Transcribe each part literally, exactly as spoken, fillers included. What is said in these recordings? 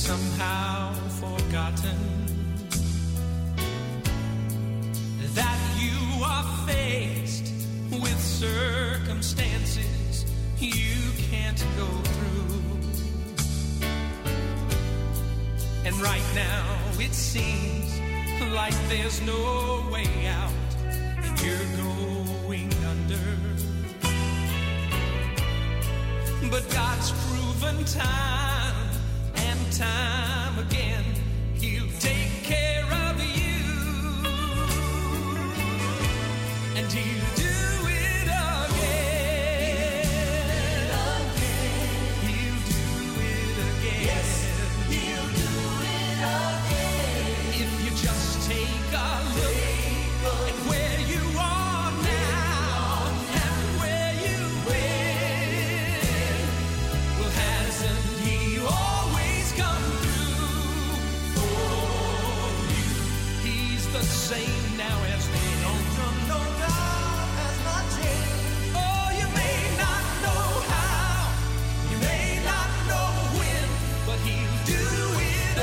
somehow forgotten that you are faced with circumstances you can't go through. And right now it seems like there's no way out and you're going under. But God's proven time and time again, He'll take care of you, and He'll do it again. He'll do it again. Yes, He'll do it again. If you just take a look at where you are now and where you've been, well, hasn't He always come through for you? He's the same now as then. No God has not changed. Oh, you may not know how, you may not know when, but He'll do it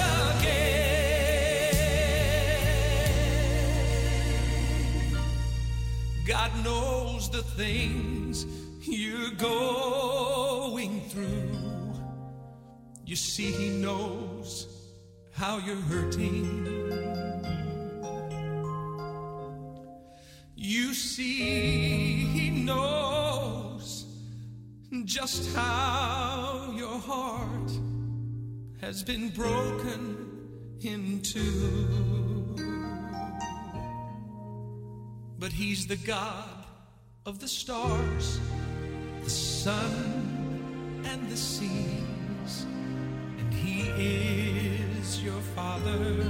again. God knows the things you're going through. You see, He knows how you're hurting. You see, He knows just how your heart has been broken in two. But He's the God of the stars, the sun, and the seas, and He is your Father.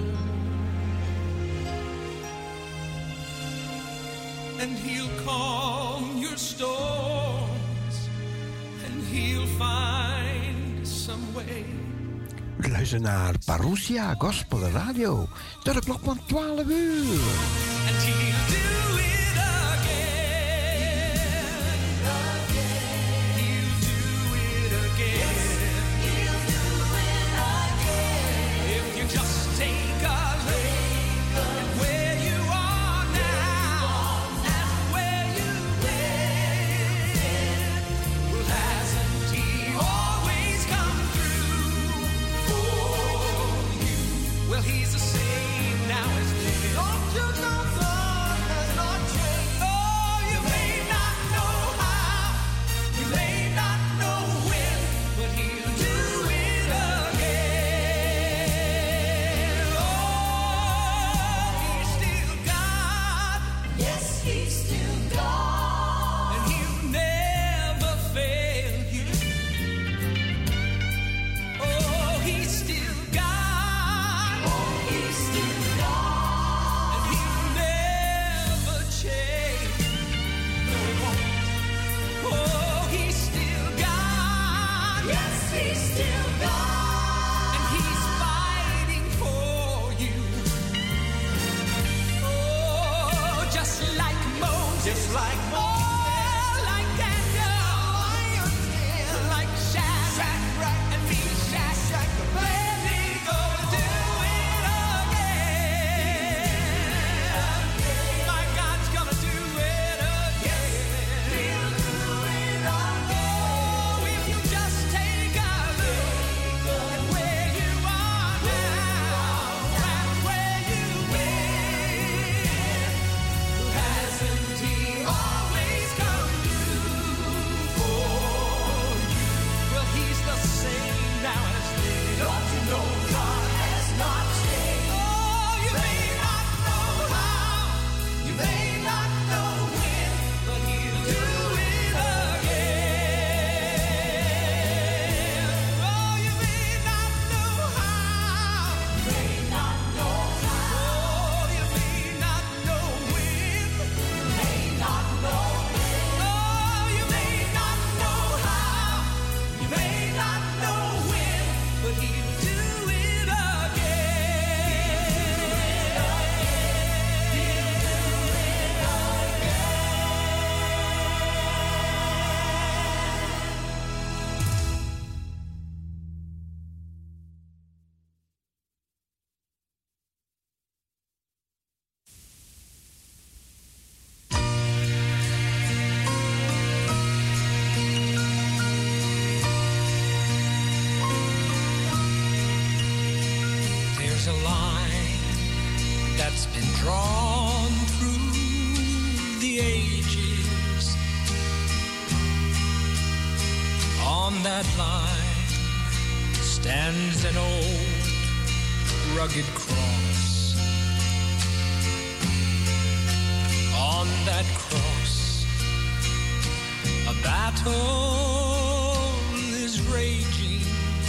And He'll calm your storms, and He'll find some way. Luister naar Parousia Gospel Radio. Tot de klok van twaalf uur. And He'll do it again. He'll do it again. He'll do it again. If you just take a look at where you are now and where you've been, well, hasn't He always come through for you? Well, He's the same now as then. Don't you know God There's a line that's been drawn through the ages. On that line stands an old rugged cross. On that cross, a battle is raging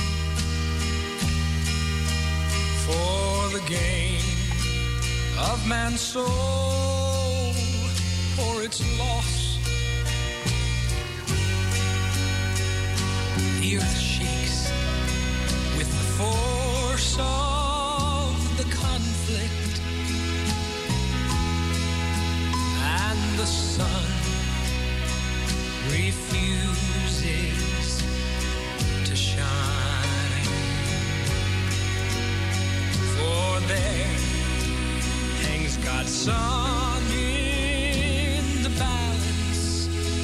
for the gain of man's soul, for its loss. The earth shakes with the force of the conflict, and the sun refuses to shine. For there hangs God's Son in the balance,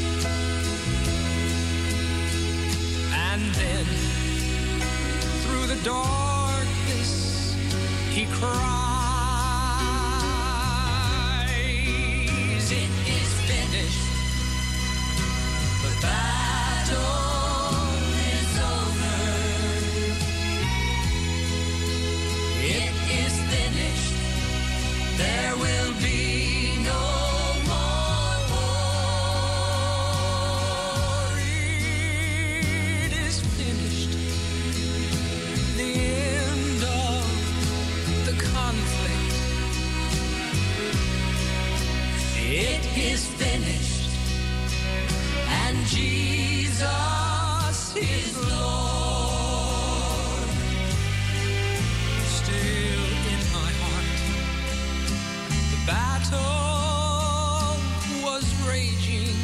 and then through the darkness he cries, it is finished. The battle is over. It is finished. There will be no more war. It is finished. The end of the conflict. It is finished. And Jesus is Lord. Still in my heart, the battle was raging.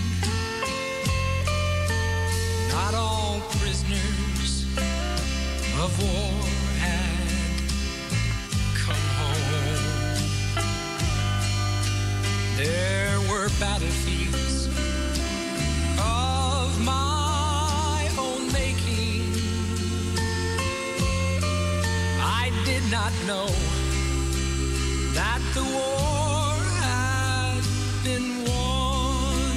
Not all prisoners of war had come home. There were battlefields of my own making. I did not know that the war had been won.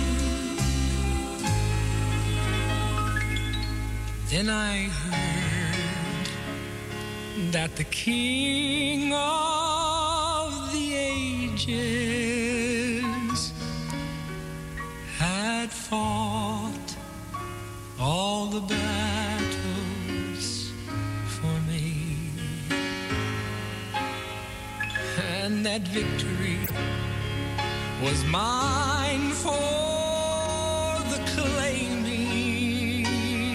Then I heard that the King of the ages had fought all the battles for me, and that victory was mine for the claiming.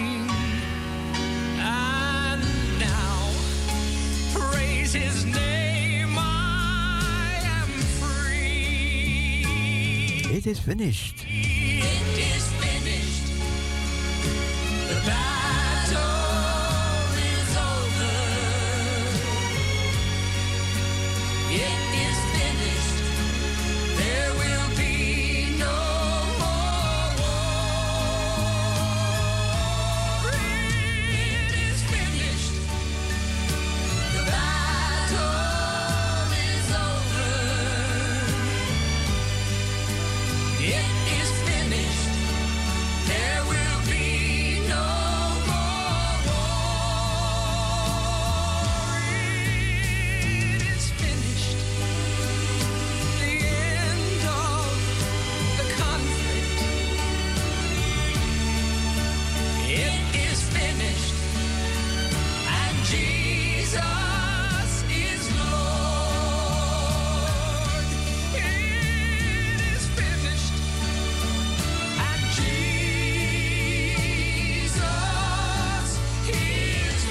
And now, praise his name, I am free. It is finished. It is finished. The battle is over. It is finished. There will be no more war. It is finished. The battle is over. It is finished. There will be no more war. It is finished. The end of the conflict. It is finished. And Jesus is Lord. It is finished. And Jesus is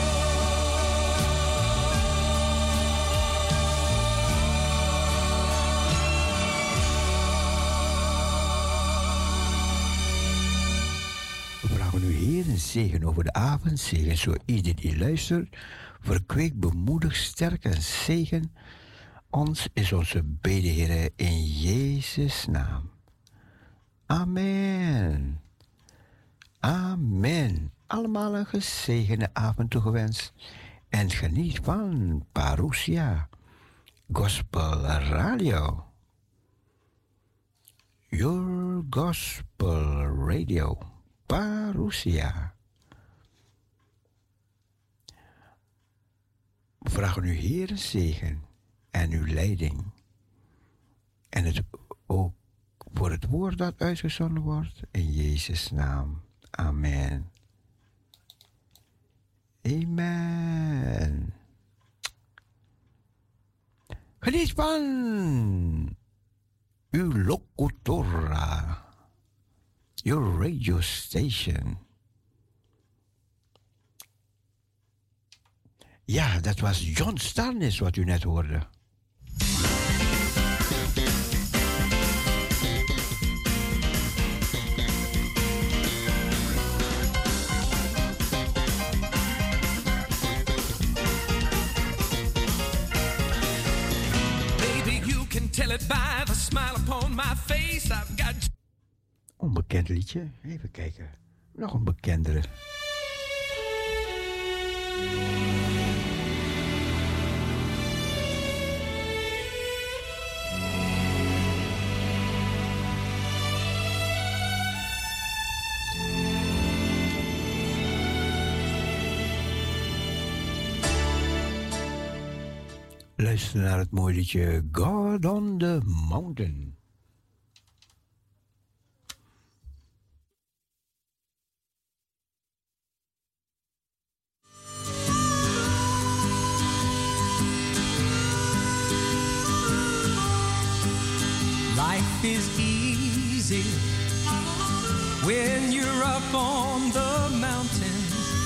We vragen u, Heer, een zegen over de avond. Zegen zo ieder die luistert. Verkweek, bemoedig, sterk en zegen ons is onze bede, Heer, in Jezus' naam. Amen. Amen. Allemaal een gezegende avond toegewenst. En geniet van Parousia Gospel Radio. Your Gospel Radio. Parousia. We vragen u Heer zegen en uw leiding. En het ook voor het woord dat uitgezonden wordt. In Jezus' naam. Amen. Amen. Geniet van uw locutora. Your radio station. Ja, dat was John Starnes wat u net hoorde. Tell it by the smile upon my face. I've got... Onbekend liedje. Even kijken. Nog een bekendere. Luister naar het mooie liedje God on the Mountain. Life is easy when you're up on the mountain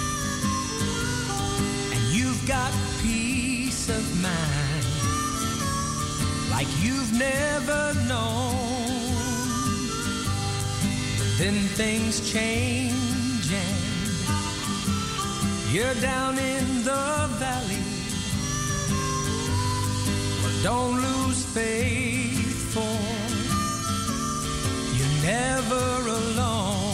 and you've got peace of mind like you've never known. But then things change and you're down in the valley. Well, don't lose faith, for you're never alone.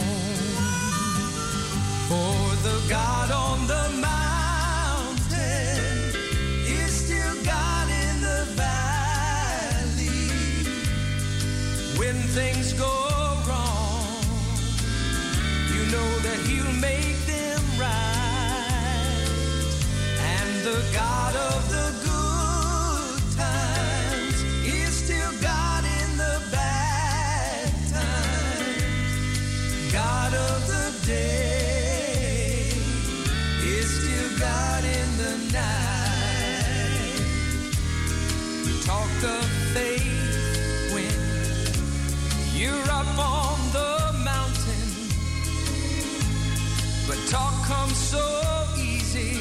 For the God on the mountain is still God in the valley. When things go wrong, you know that He'll make them right. And the God of the good times is still God in the bad times. God of the day is still God in the night. Talk of faith when you're up on the mountain, but talk comes so easy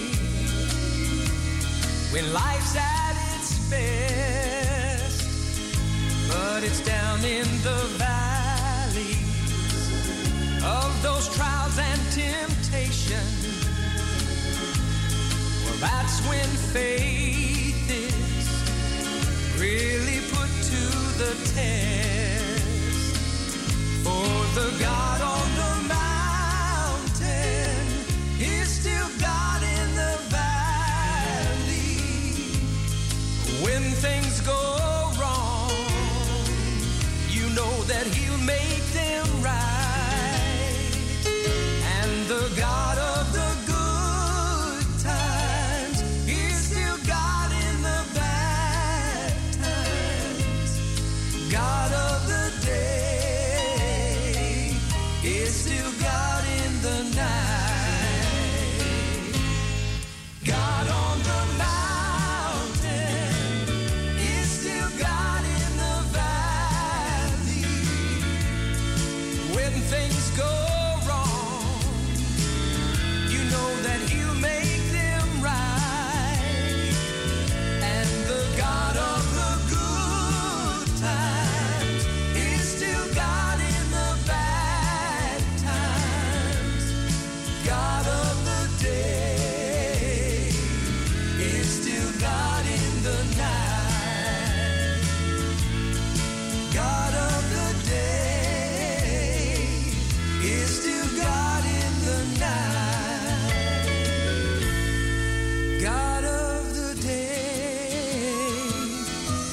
when life's at its best. But it's down in the valleys of those trials and temptations, well, that's when faith is really put to the test. For the God on the mountain is still God in the valley. When things go wrong, you know that He'll make them right. And the God of the good times is still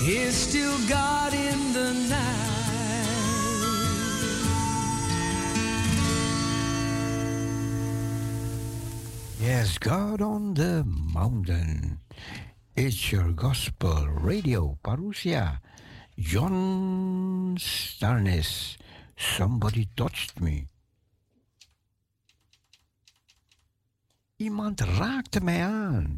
is still God in the night. Yes, God on the mountain. It's your gospel radio, Parousia. John Starnes, somebody touched me. Iemand raakte mij aan.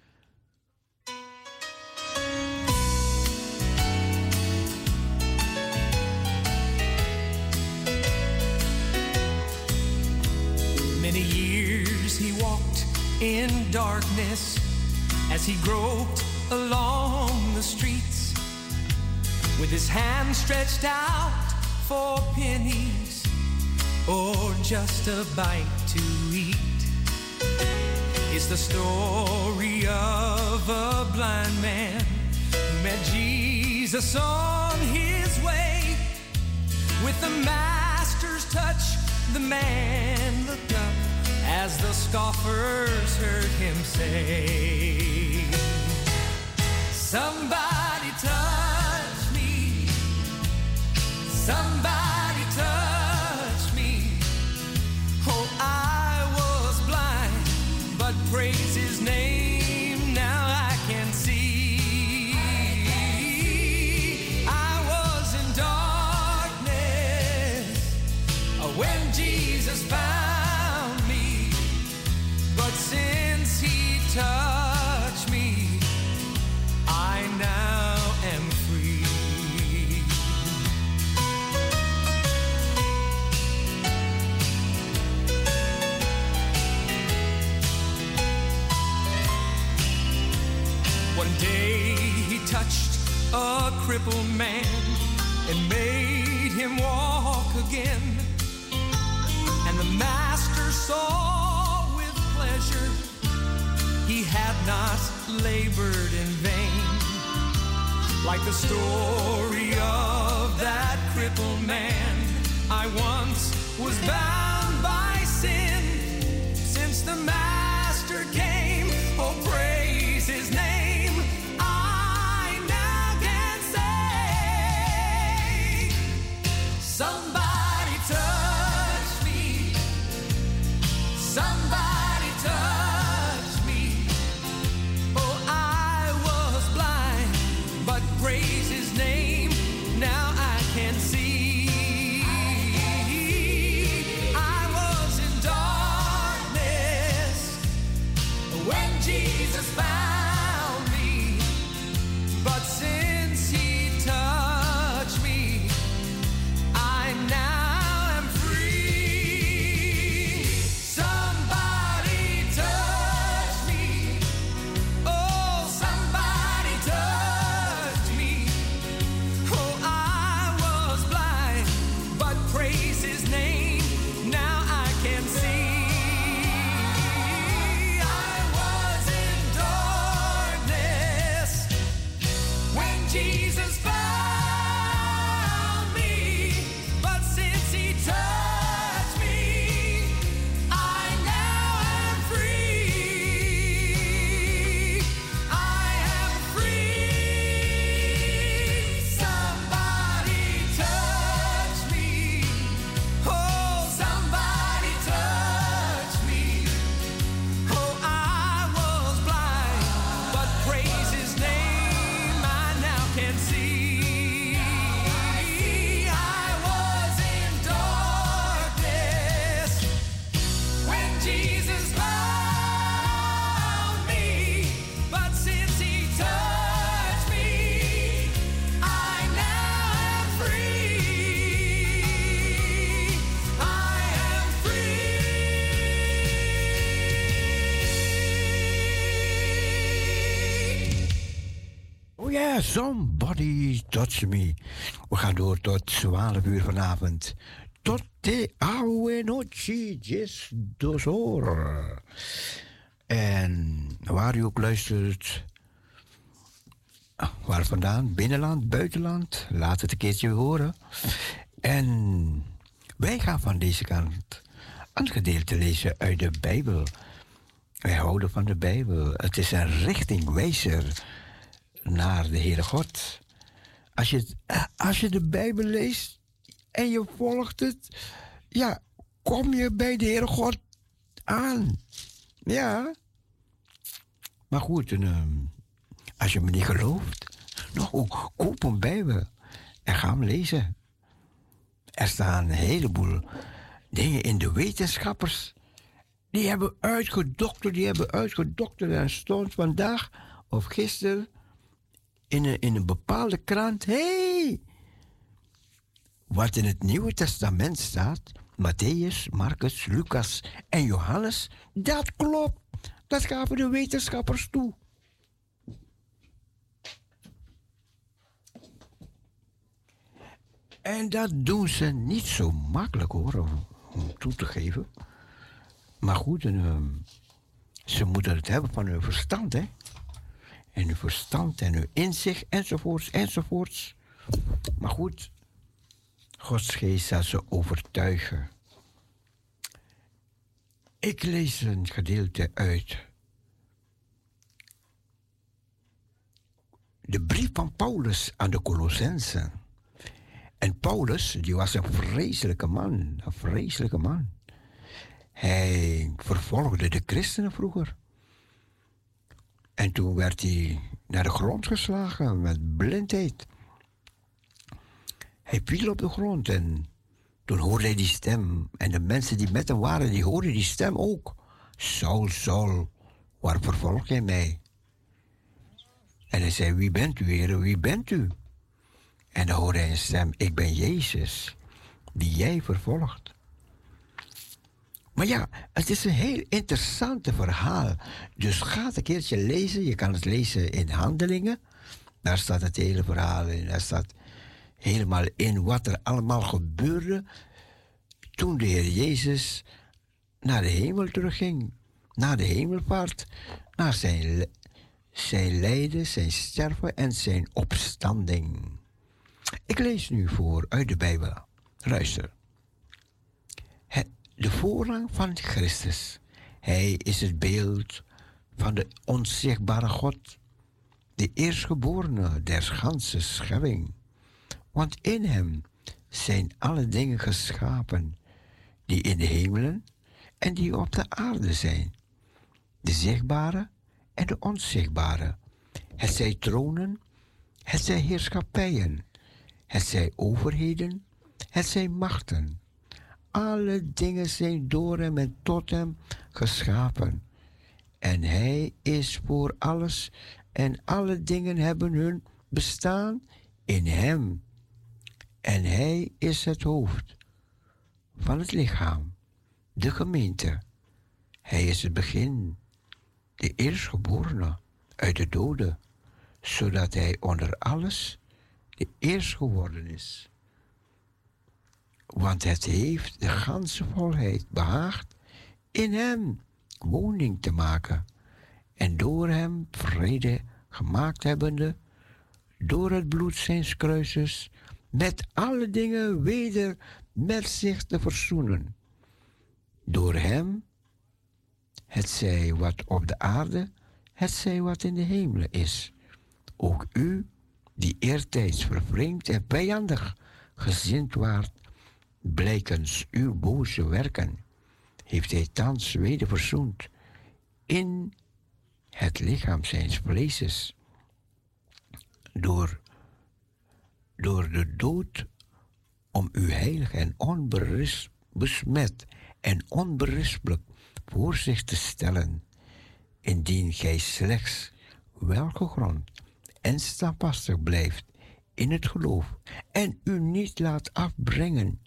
Many years he walked in darkness as he groped along the streets with his hand stretched out for pennies or just a bite to eat. It's the story of a blind man who met Jesus on his way. With the master's touch, the man looked up as the scoffers heard him say, somebody touch me, somebody touch me. Oh, I was blind, but praise his name, now I can see. I was in darkness when Jesus found me, but since he touched me, I now am free. One day he touched a crippled man and made him walk again. And the master saw with pleasure he had not labored in vain. Like the story of that crippled man, I once was bound by sin. Since the master came, oh praise his name, I now can say, somebody touch me, somebody touch me. Oh, I was blind, but praise his name, now I can see. I was in darkness when Jesus found me, but since he touched me, I now am free. Somebody touch me, oh somebody touch me. Oh, I was blind, but praise his name, now I can see. I was in darkness when Jesus found me, but since he touched me, I now am free. I am free. Somebody touch me. Oh, somebody touch me. Oh, I was blind, but praise his name, I now can see. I was in darkness when Jesus found me, but since he touched me, I now am free. I am free. Oh ja, somebody touch me. We gaan door tot twaalf uur vanavond. Tot de oude noche, yes, dosor. En waar u ook luistert, waar vandaan, binnenland, buitenland, laat het een keertje horen. En wij gaan van deze kant een gedeelte lezen uit de Bijbel. Wij houden van de Bijbel. Het is een richtingwijzer naar de Heere God. Als je, als je de Bijbel leest en je volgt het, ja, kom je bij de Heere God aan. Ja. Maar goed, en, uh, als je me niet gelooft, nou, koop een Bijbel en ga hem lezen. Er staan een heleboel dingen in de wetenschappers. Die hebben uitgedokterd, die hebben uitgedokterd. En stond vandaag of gisteren in een, in een bepaalde krant. Hé! Hey, wat in het Nieuwe Testament staat, Matthäus, Marcus, Lucas en Johannes, dat klopt. Dat gaven de wetenschappers toe. En dat doen ze niet zo makkelijk hoor, om, om toe te geven. Maar goed, en, uh, ze moeten het hebben van hun verstand, hè. En hun verstand en hun inzicht, enzovoorts, enzovoorts. Maar goed, Gods geest zal ze overtuigen. Ik lees een gedeelte uit de brief van Paulus aan de Colossensen. En Paulus, die was een vreselijke man, een vreselijke man. Hij vervolgde de christenen vroeger. En toen werd hij naar de grond geslagen met blindheid. Hij viel op de grond en toen hoorde hij die stem. En de mensen die met hem waren, die hoorden die stem ook. Saul, Saul, waar vervolg jij mij? En hij zei, wie bent u, Heer, wie bent u? En dan hoorde hij een stem, ik ben Jezus, die jij vervolgt. Maar ja, het is een heel interessant verhaal. Dus ga het een keertje lezen. Je kan het lezen in Handelingen. Daar staat het hele verhaal in. Daar staat helemaal in wat er allemaal gebeurde toen de Heer Jezus naar de hemel terugging. Naar de hemelvaart. Naar zijn, zijn lijden, zijn sterven en zijn opstanding. Ik lees nu voor uit de Bijbel. Luister. De voorrang van Christus. Hij is het beeld van de onzichtbare God. De eerstgeborene der ganse schepping. Want in hem zijn alle dingen geschapen, die in de hemelen en die op de aarde zijn. De zichtbare en de onzichtbare. Het zij tronen, het zij heerschappijen, het zij overheden, het zij machten. Alle dingen zijn door hem en tot hem geschapen. En hij is voor alles en alle dingen hebben hun bestaan in hem. En hij is het hoofd van het lichaam, de gemeente. Hij is het begin, de eerstgeborene uit de doden, zodat hij onder alles de eerst geworden is. Want het heeft de ganse volheid behaagd in hem woning te maken en door hem vrede gemaakt hebbende, door het bloed zijns kruises, met alle dingen weder met zich te verzoenen. Door hem, het zij wat op de aarde, het zij wat in de hemelen is. Ook u, die eertijds vervreemd en vijandig gezind waart, blijkens uw boze werken, heeft hij thans weder verzoend in het lichaam zijns vleeses, door, door de dood, om u heilig en onbesmet en onberispelijk voor zich te stellen, indien gij slechts welgegrond en standvastig blijft in het geloof en u niet laat afbrengen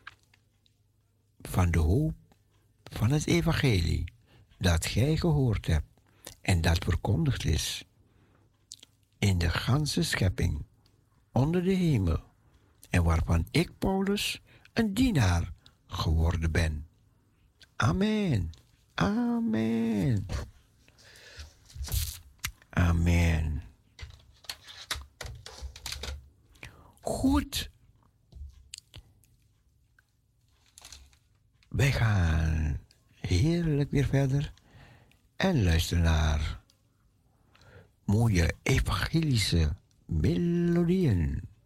van de hoop van het evangelie dat gij gehoord hebt en dat verkondigd is in de ganse schepping onder de hemel en waarvan ik, Paulus, een dienaar geworden ben. Amen. Amen. Amen. Goed. Wij gaan heerlijk weer verder en luisteren naar mooie evangelische melodieën.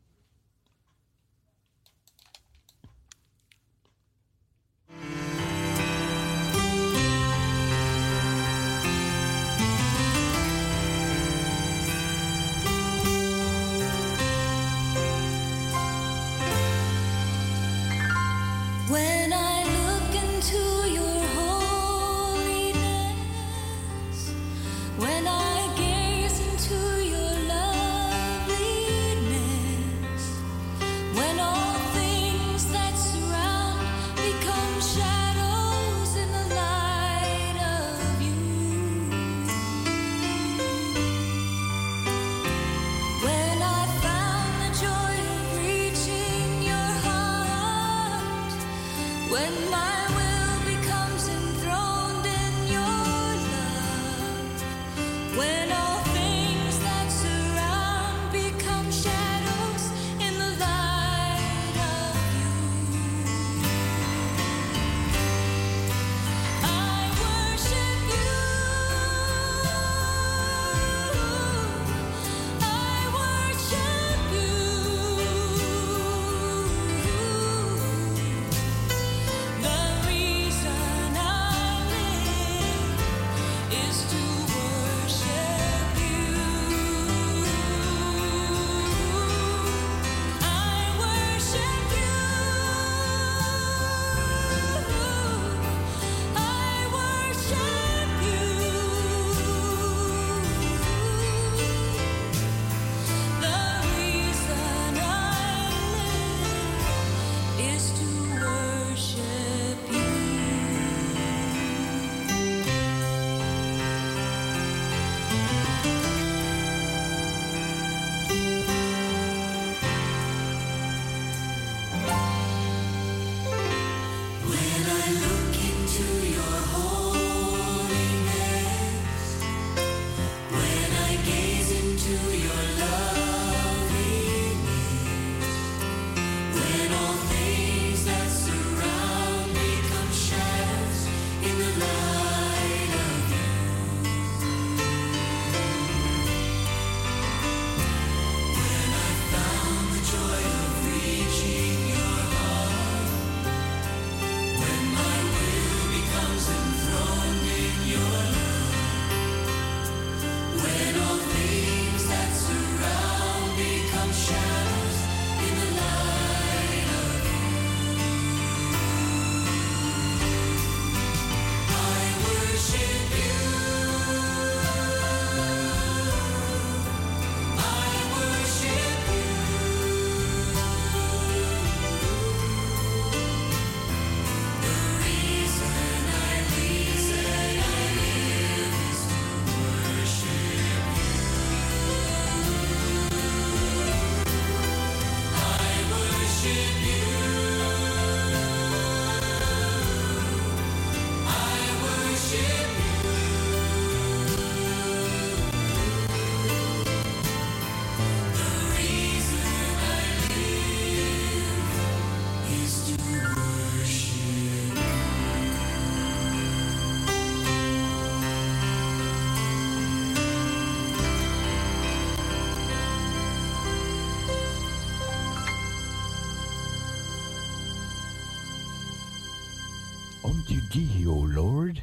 to thee, O Lord.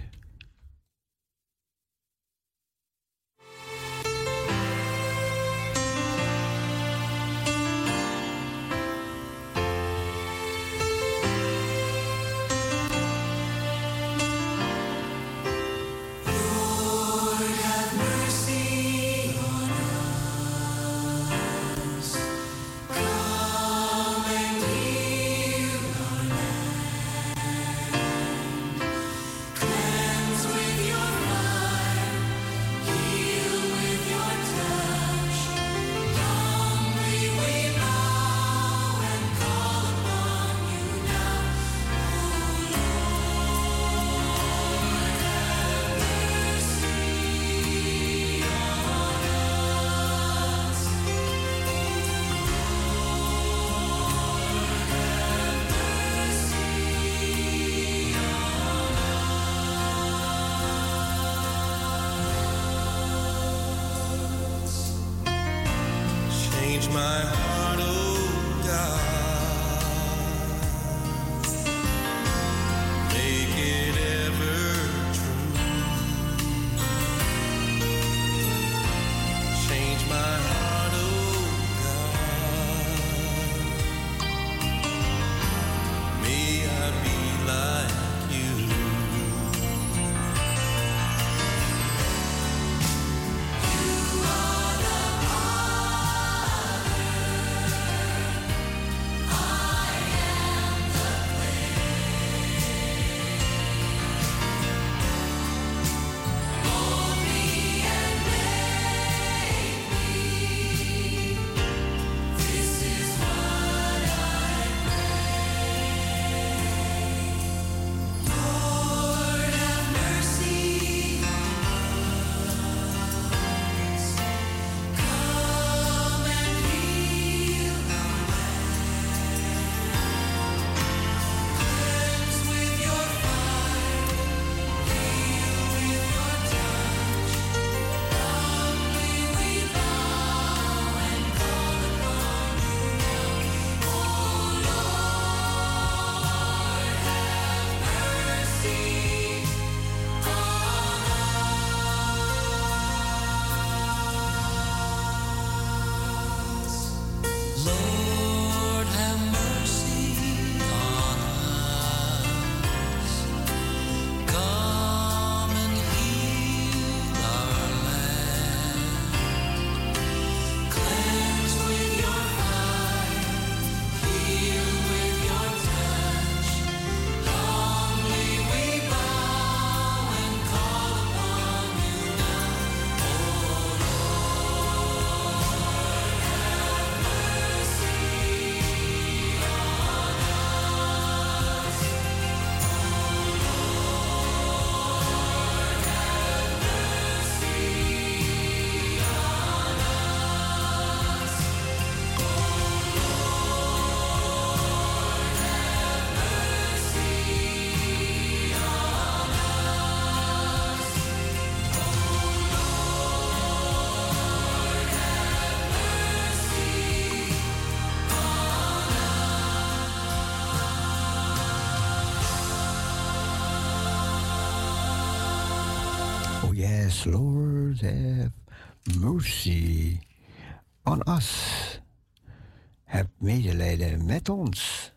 Yes, Lord, have mercy on us. Heb medelijden met ons.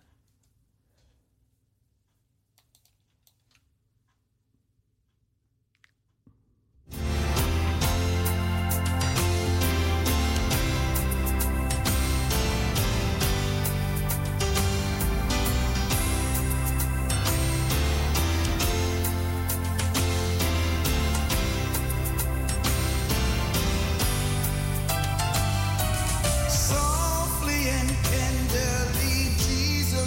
Softly and tenderly, Jesus.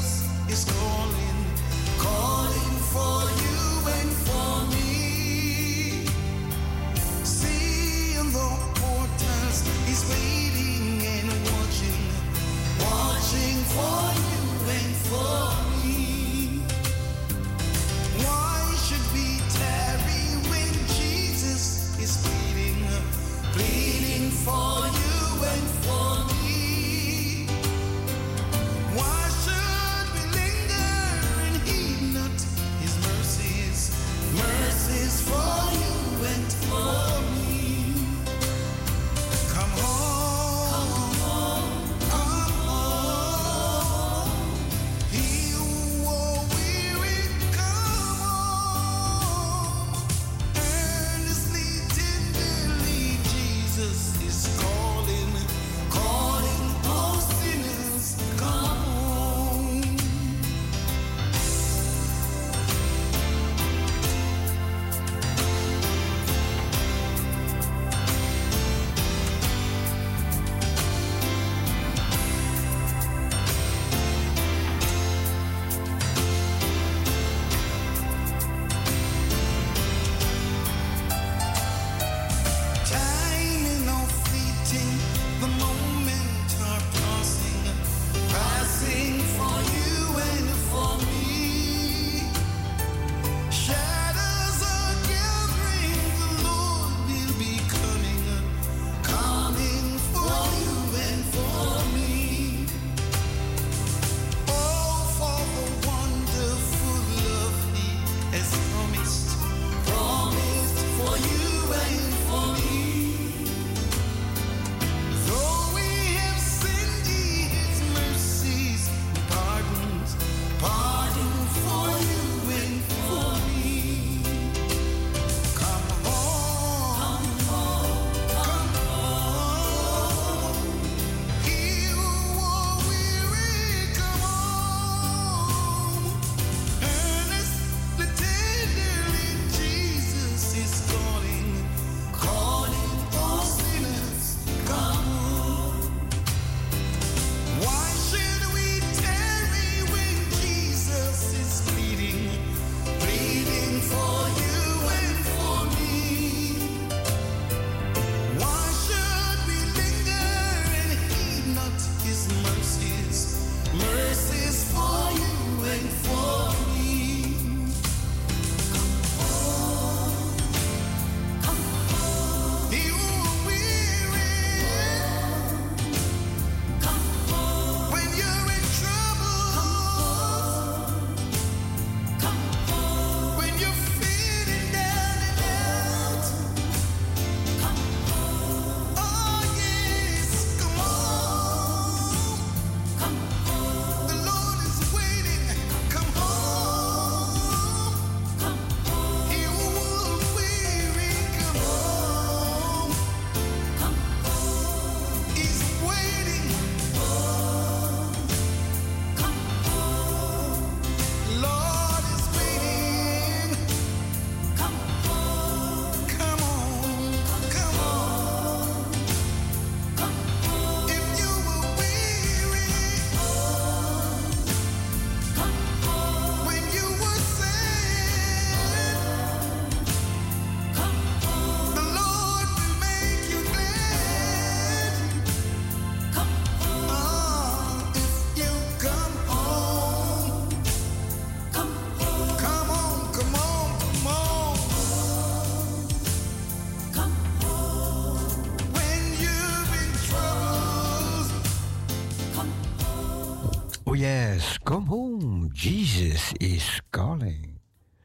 Yes, come home. Jesus is calling.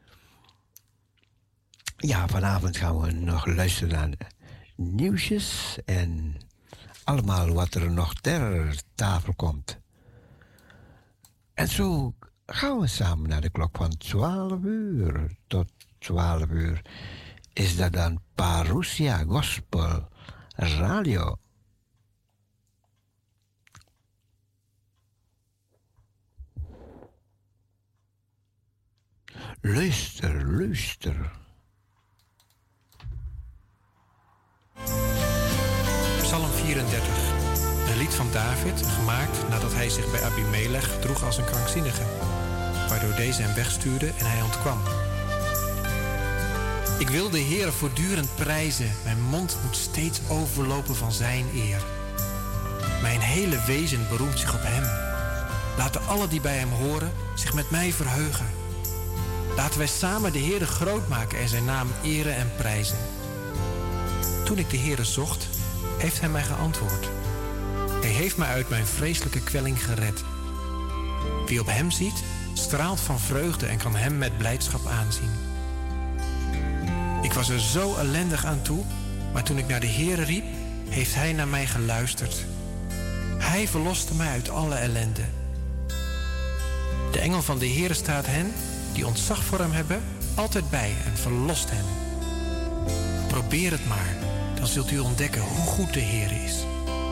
Ja, vanavond gaan we nog luisteren naar de nieuwsjes en allemaal wat er nog ter tafel komt. En zo gaan we samen naar de klok van twaalf uur. Tot twaalf uur is dat dan Parousia Gospel Radio. Luister, luister. Psalm vierendertig. Een lied van David, gemaakt nadat hij zich bij Abimelech droeg als een krankzinnige, waardoor deze hem wegstuurde en hij ontkwam. Ik wil de Heere voortdurend prijzen. Mijn mond moet steeds overlopen van zijn eer. Mijn hele wezen beroemt zich op hem. Laten alle die bij hem horen zich met mij verheugen. Laten wij samen de Heere groot maken en zijn naam eren en prijzen. Toen ik de Heere zocht, heeft hij mij geantwoord. Hij heeft mij uit mijn vreselijke kwelling gered. Wie op hem ziet, straalt van vreugde en kan hem met blijdschap aanzien. Ik was er zo ellendig aan toe, maar toen ik naar de Heere riep, heeft hij naar mij geluisterd. Hij verloste mij uit alle ellende. De engel van de Heere staat hen die ontzag voor hem hebben, altijd bij en verlost hen. Probeer het maar. dan zult u ontdekken hoe goed de Heer is.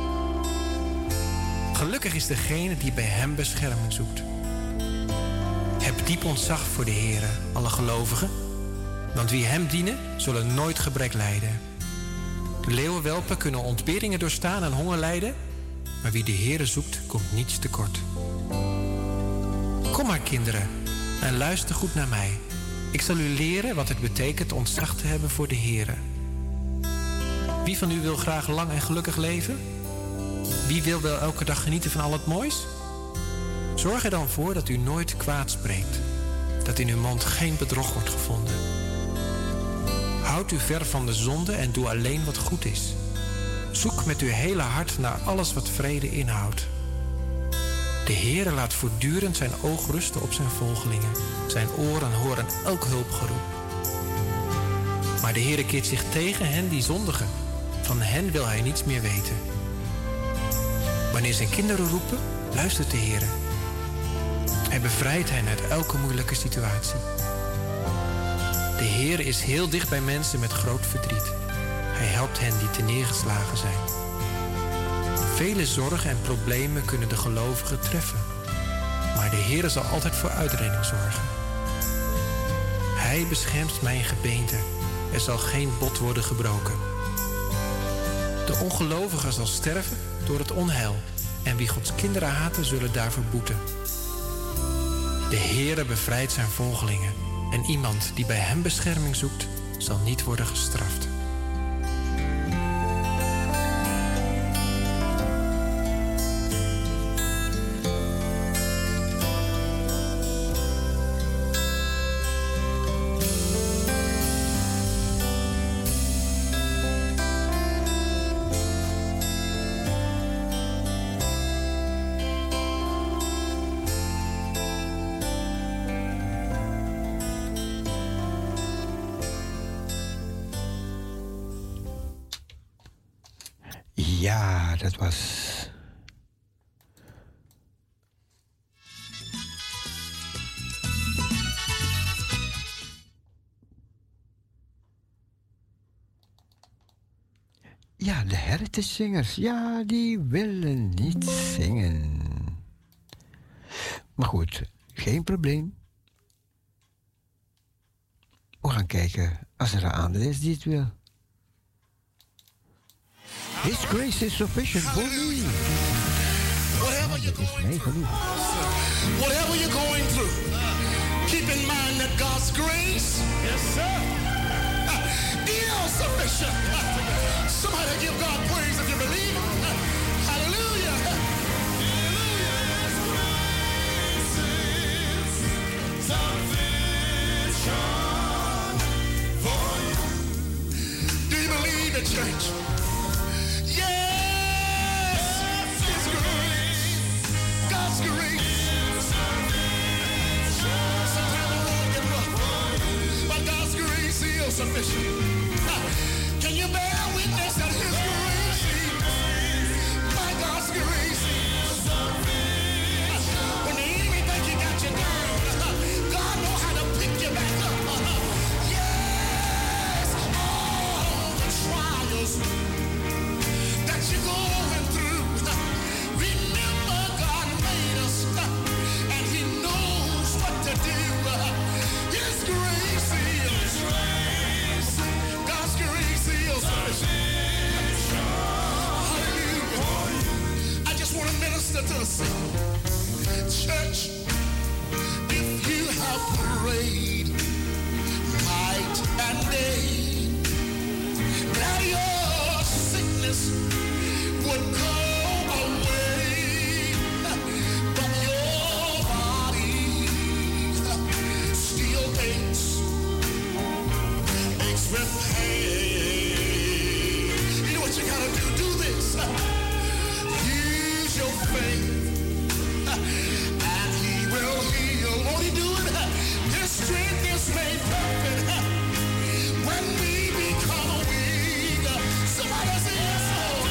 Gelukkig is degene die bij hem bescherming zoekt. Heb diep ontzag voor de Heer, alle gelovigen, want wie hem dienen, zullen nooit gebrek lijden. De leeuwenwelpen kunnen ontberingen doorstaan en honger lijden, maar wie de Heer zoekt, komt niets tekort. Kom maar, kinderen, en luister goed naar mij. Ik zal u leren wat het betekent ontzag te hebben voor de Heer. Wie van u wil graag lang en gelukkig leven? Wie wil wel elke dag genieten van al het moois? Zorg er dan voor dat u nooit kwaad spreekt, dat in uw mond geen bedrog wordt gevonden. Houd u ver van de zonde en doe alleen wat goed is. Zoek met uw hele hart naar alles wat vrede inhoudt. De Heere laat voortdurend zijn oog rusten op zijn volgelingen. Zijn oren horen elk hulpgeroep. Maar de Heere keert zich tegen hen die zondigen. Van hen wil hij niets meer weten. Wanneer zijn kinderen roepen, luistert de Heere. Hij bevrijdt hen uit elke moeilijke situatie. De Heer is heel dicht bij mensen met groot verdriet. Hij helpt hen die terneergeslagen zijn. Vele zorgen en problemen kunnen de gelovigen treffen. Maar de Heer zal altijd voor uitredding zorgen. Hij beschermt mijn gebeente. Er zal geen bot worden gebroken. De ongelovige zal sterven door het onheil. En wie Gods kinderen haten, zullen daarvoor boeten. De Heere bevrijdt zijn volgelingen. En iemand die bij hem bescherming zoekt, zal niet worden gestraft. Ja, dat was... Ja, de hertezingers, ja, die willen niet zingen. Maar goed, geen probleem. We gaan kijken als er een ander is die het wil. His grace is sufficient for me. Whatever you're going through, whatever you're going through, keep in mind that God's grace, yes sir, is sufficient. Somebody give God praise if you believe it. Hallelujah. His grace is sufficient for you. Do you believe it, church? Sufficient. Can you bear witness that His grace, my God's grace, when the enemy think you got you down, God know how to pick you back up. Yes, all the trials that you're going through, remember God made us, and He knows what to do. His grace is I just want to minister to the sick. Church, if you have prayed night and day that your sickness would go away, but your body still aches, aches with pain. You gotta do, do this. Use your faith, and He will heal. Won't He do it? His strength is made perfect when we become weak. Somebody say yes, Lord.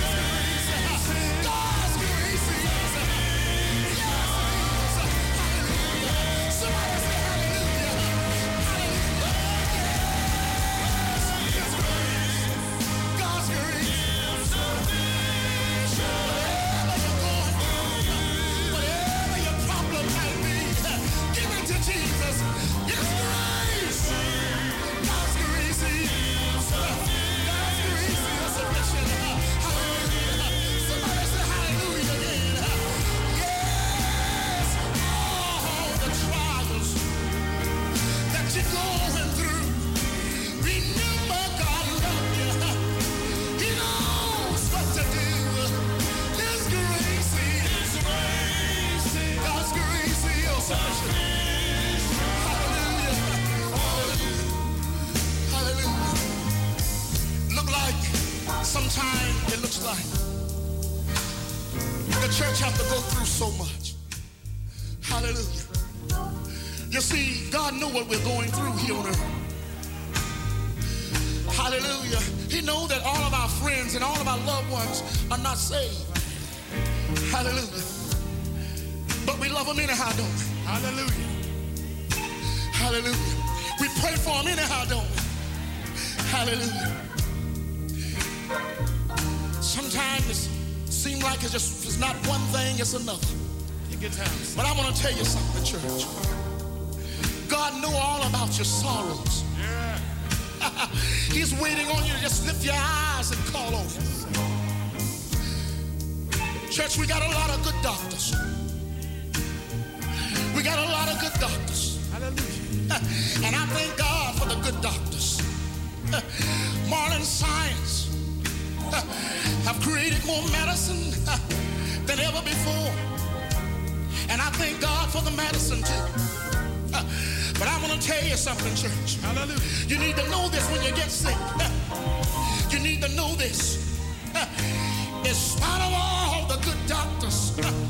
God's grace is. Yes, hallelujah. Somebody say hallelujah. Hallelujah. His grace. God's the church have to go through so much. Hallelujah. You see, God knew what we're going through here on earth. Hallelujah. He knows that all of our friends and all of our loved ones are not saved. Hallelujah. But we love them anyhow, don't we? Hallelujah. Hallelujah. We pray for them anyhow, don't we? Hallelujah. Sometimes it seems like it's just it's not one thing, it's another. But I want to tell you something, church. God knew all about your sorrows. Yeah. He's waiting on you to just lift your eyes and call on him. Church, we got a lot of good doctors. We got a lot of good doctors. Hallelujah. And I thank God for the good doctors. Modern science have created more medicine than ever before. And I thank God for the medicine too. But I want to tell you something, church. Hallelujah. You need to know this when you get sick. You need to know this. In spite of all the good doctors,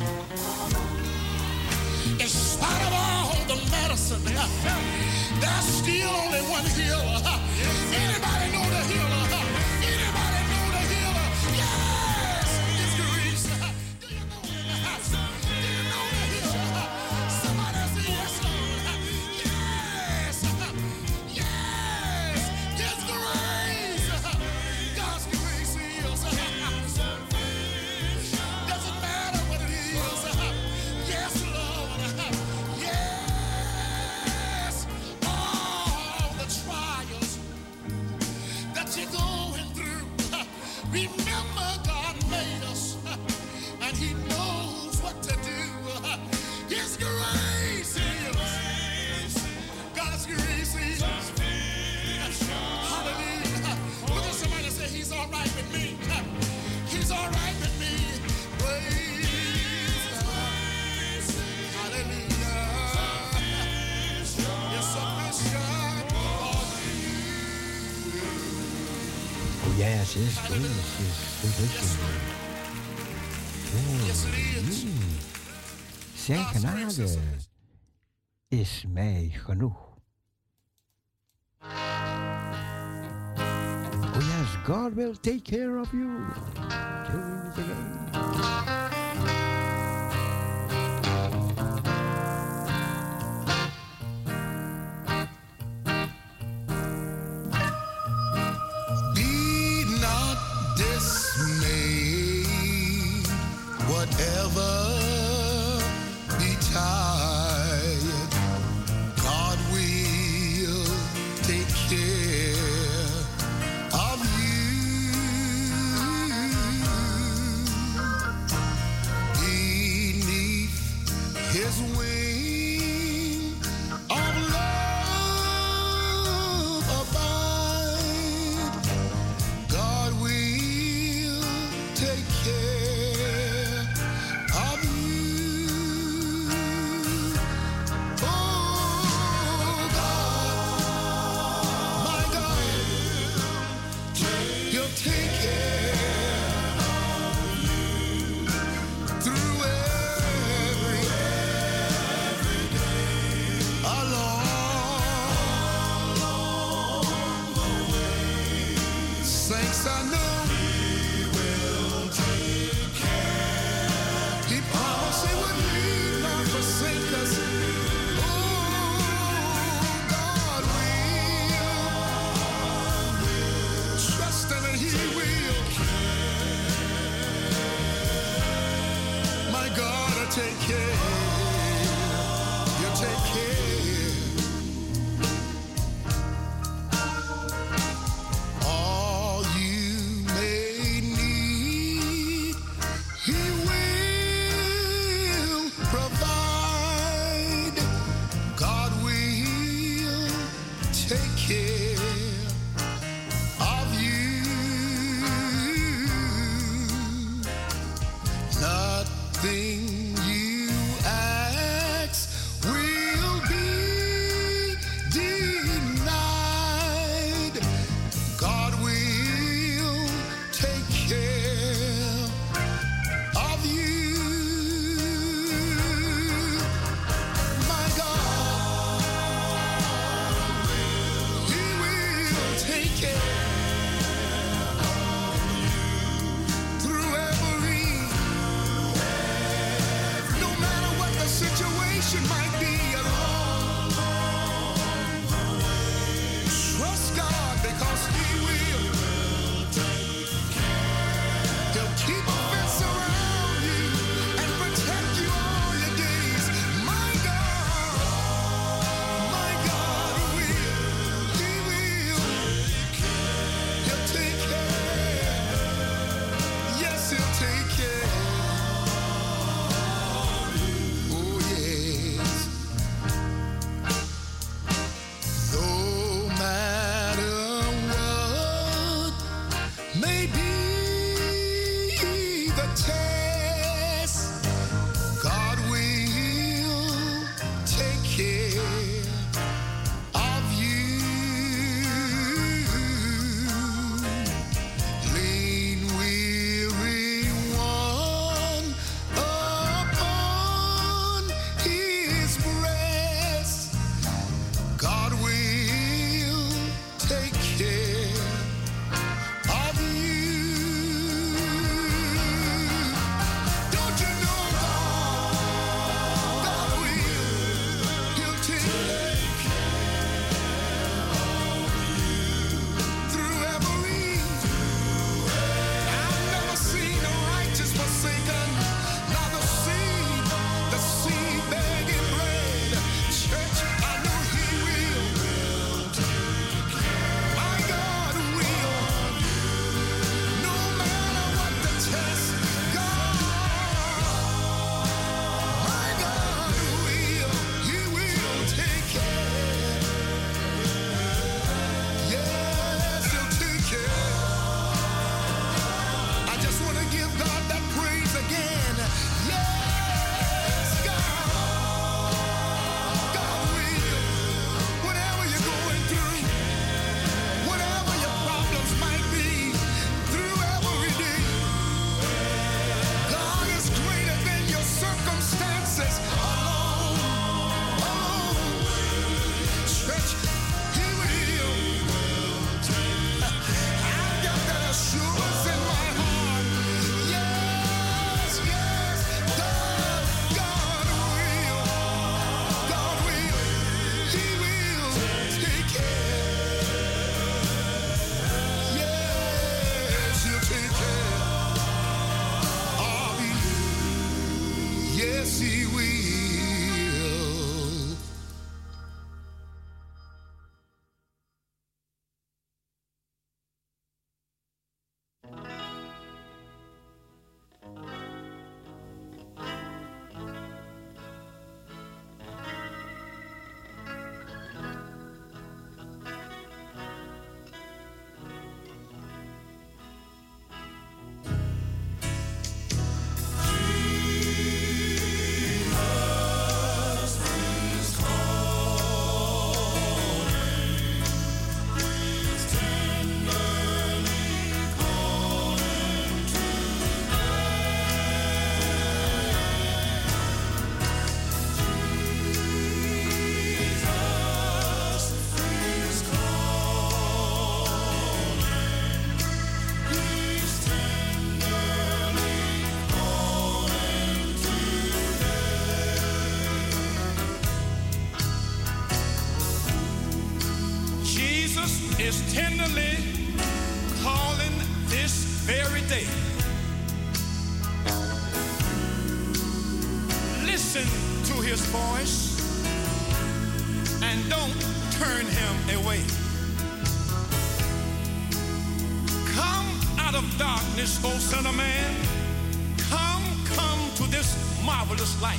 in spite of all the medicine, there's still only one healer. Anybody know the healer? Anybody know the healer? Yes, it's Grace. Do you know him? Do you know the healer? Somebody say yes, Lord. Yes, yes, it's Grace. God's grace heals. Doesn't matter what it is. Yes, Lord. Yes, all the trials that you're going through. Remember, God made us, and He knows what to do. His grace is. God's grace is. Hallelujah. Look at somebody and say, He's all right with me. He's all right with me. Praise God. Hallelujah. It's sufficient for you. Oh, yes, yes, yes, yes, sufficient. Yes, it is. Mm. Zijn genade is mij genoeg. Oh yes, God will take care of you. Do it again. Be not dismayed, whatever betide. God will take care of you. Beneath His wing of love abide. God will take care of you. Oh God, my God, He'll take care of you through every every day along the way. Saints, I know He will take care. He promised He would lead, not forsake us. Oh, God will. Trust Him and He will. My God will take care. He'll take care. All you may need, He will provide. God will take care of you. Nothing you ask will be denied. God will take care of you. situation might be alone. Trust God because He will. He'll keep a fence around you and protect you all your days. My God, my God will. He will. He'll take care. Yes, He'll take care. Oh, yes. No matter what may be the test, God will take care of you. Lean, weary one upon His breast. God will take care of you. Don't you know God? God will. He'll take care through every. I've never seen a righteous forsaken, nor the seed, the seed begging bread. Church, I know He will. My God will. No matter what the test, God, my God will. He will take care. Yes, He'll take care. I just want to give God that praise again. Yes, God. God will. Whatever you're going through, whatever your problems might be, through every day, God is greater than your circumstances. Alone, alone. Church, He will. I've got that assurance in my heart. Yes, yes, God, God will. God will. He will take care. Yes, He'll take care of you. Yes, He will. Jesus is tenderly calling this very day. Listen to His voice and don't turn Him away. Come out of darkness, O Son of Man. Come, come to this marvelous light.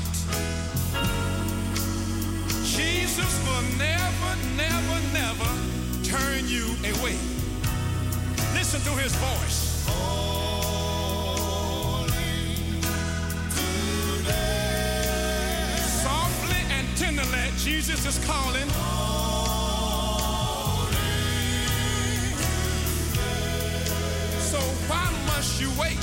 Jesus will never, never, never turn you away. Listen to His voice. Softly and tenderly, Jesus is calling. So why must you wait?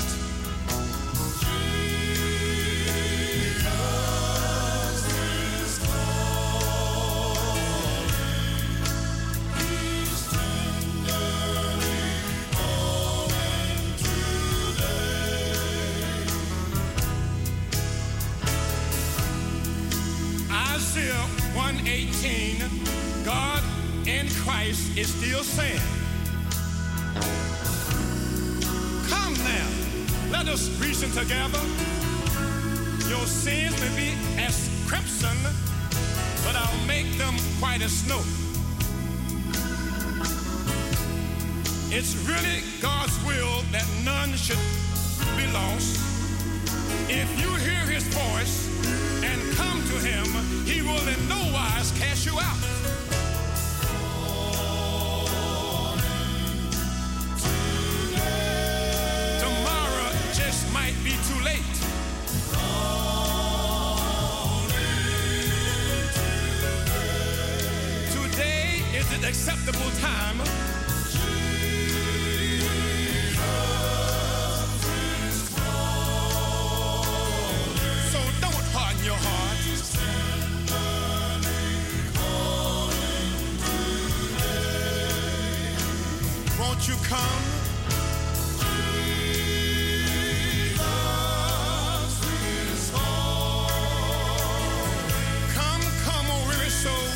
one eighteen, God in Christ is still saying, come now, let us reason together. Your sins may be as crimson, but I'll make them white as snow. It's really God's will that none should be lost. If you hear his voice and come to him, he will in no wise cast you out. Tomorrow just might be too late. Today is an acceptable time. Your heart. Won't you come? Come, come, oh weary soul.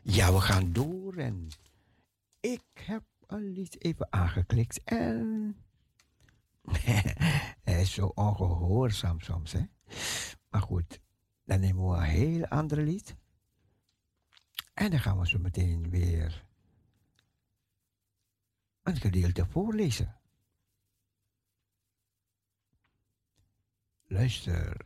Ja, we gaan door en ik heb al iets even aangeklikt en hij is zo ongehoorzaam soms, hè. Maar goed, dan nemen we een heel ander lied en dan gaan we zo meteen weer een gedeelte voorlezen. Luister.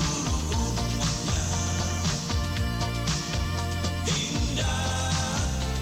Indah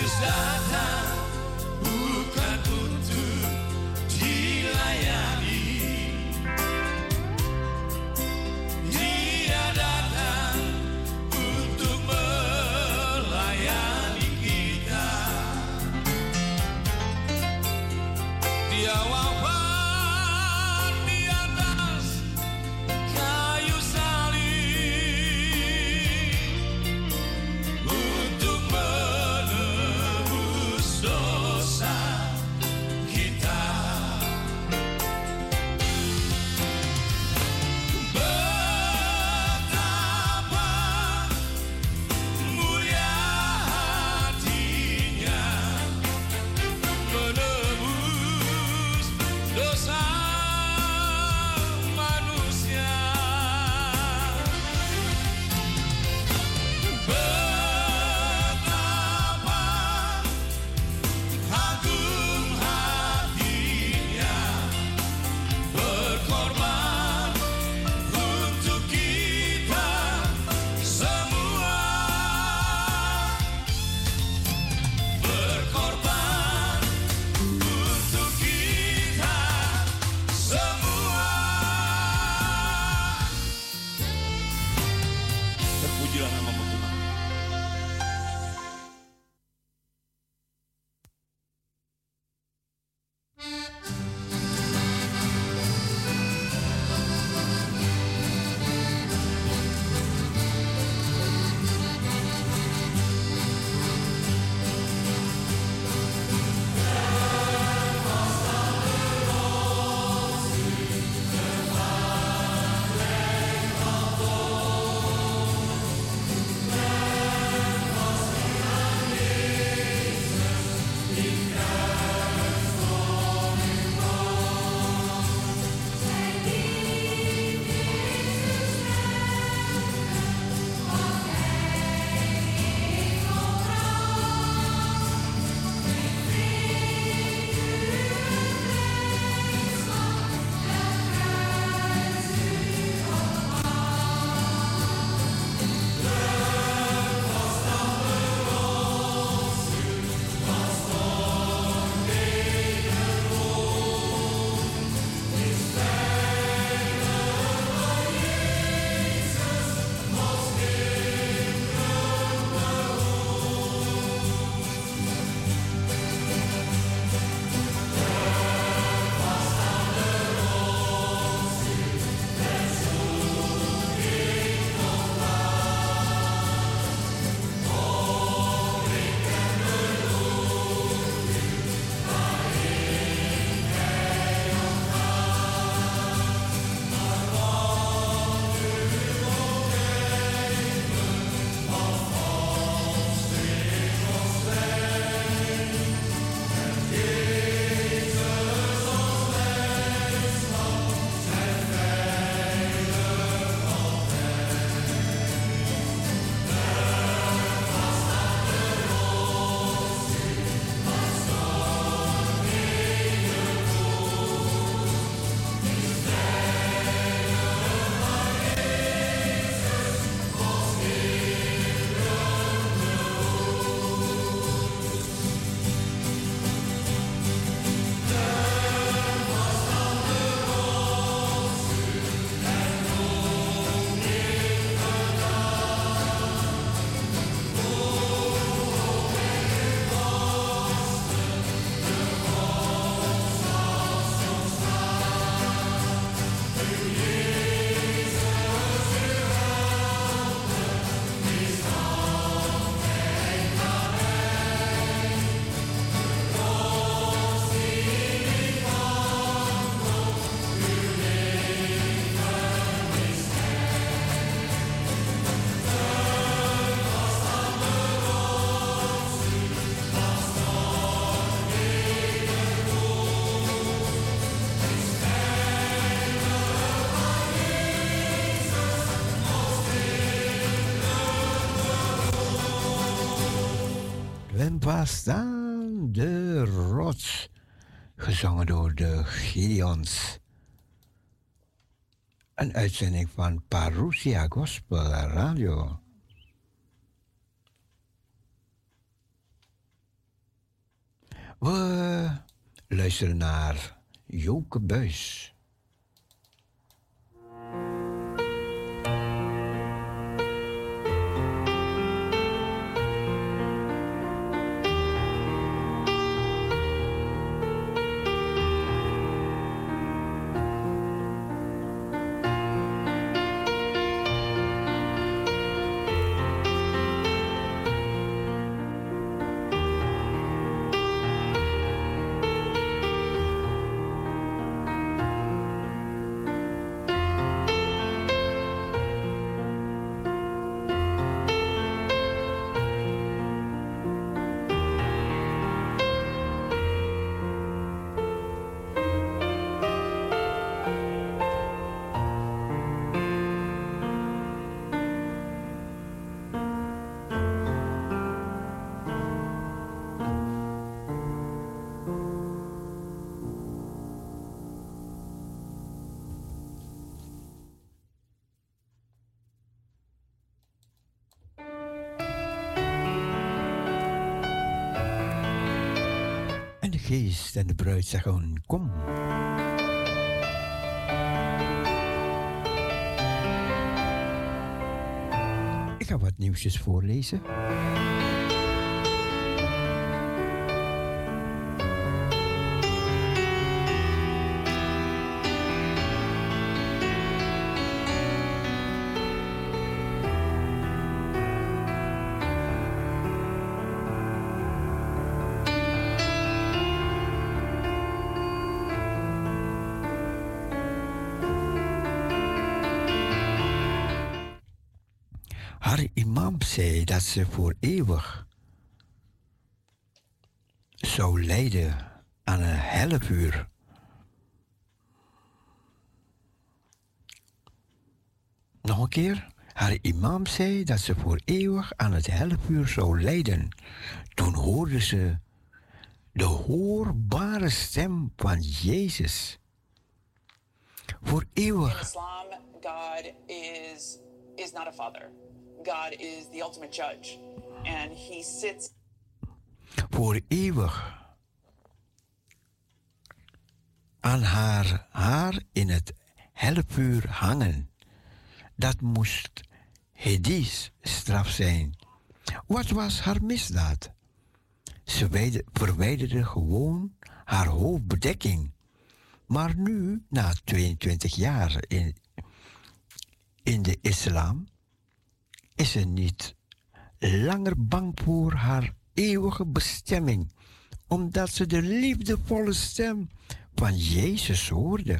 was dan de rots, gezongen door de Gideons. Een uitzending van Parousia Gospel Radio. We luisteren naar Joke Buis. Geest en de bruid zeggen, kom. Ik ga wat nieuwsjes voorlezen. Haar imam zei dat ze voor eeuwig zou lijden aan een hellevuur. Nog een keer. Haar imam zei dat ze voor eeuwig aan het hellevuur zou lijden. Toen hoorde ze de hoorbare stem van Jezus. Voor eeuwig. In Islam, God is is not a father. God is the ultimate judge, and he sits. Voor eeuwig aan haar haar in het hellevuur hangen. Dat moest Hedis straf zijn. Wat was haar misdaad? Ze verwijderde gewoon haar hoofdbedekking. Maar nu, na tweeëntwintig jaar in, in de islam, is ze niet langer bang voor haar eeuwige bestemming, omdat ze de liefdevolle stem van Jezus hoorde.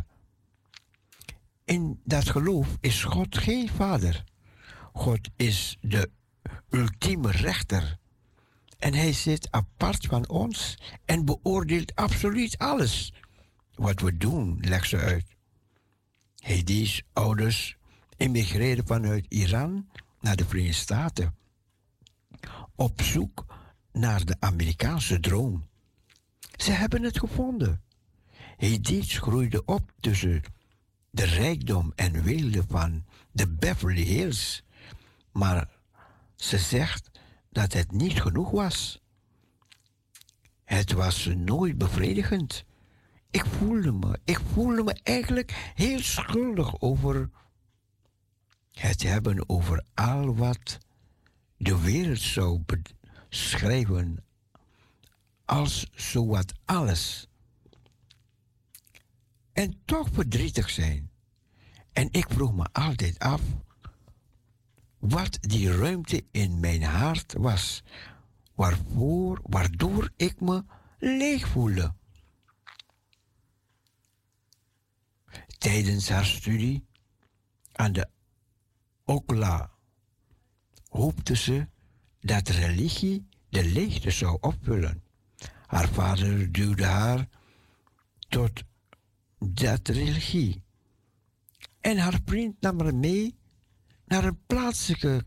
In dat geloof is God geen vader. God is de ultieme rechter. En hij zit apart van ons en beoordeelt absoluut alles wat we doen, legt ze uit. Hedis ouders emigreerden vanuit Iran naar de Verenigde Staten, op zoek naar de Amerikaanse droom. Ze hebben het gevonden. Hedis groeide op tussen de rijkdom en weelde van de Beverly Hills, maar ze zegt dat het niet genoeg was. Het was nooit bevredigend. Ik voelde me, ik voelde me eigenlijk heel schuldig over het hebben over al wat de wereld zou beschrijven als zowat alles. En toch verdrietig zijn. En ik vroeg me altijd af wat die ruimte in mijn hart was, waarvoor, waardoor ik me leeg voelde. Tijdens haar studie aan de Okla hoopte ze dat religie de leegte zou opvullen. Haar vader duwde haar tot dat religie. En haar vriend nam haar mee naar een plaatselijke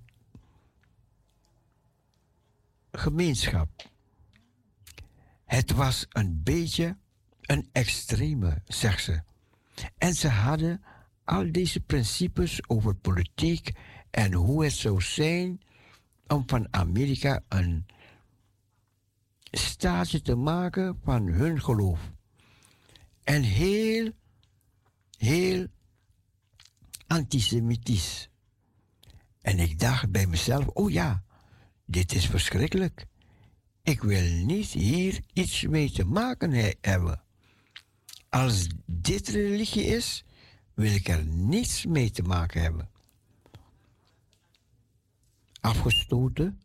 gemeenschap. Het was een beetje een extreme, zegt ze. En ze hadden al deze principes over politiek en hoe het zou zijn om van Amerika een stage te maken van hun geloof. En heel, heel antisemitisch. En ik dacht bij mezelf, oh ja, dit is verschrikkelijk. Ik wil niet hier iets mee te maken he- hebben. Als dit religie is, wil ik er niets mee te maken hebben. Afgestoten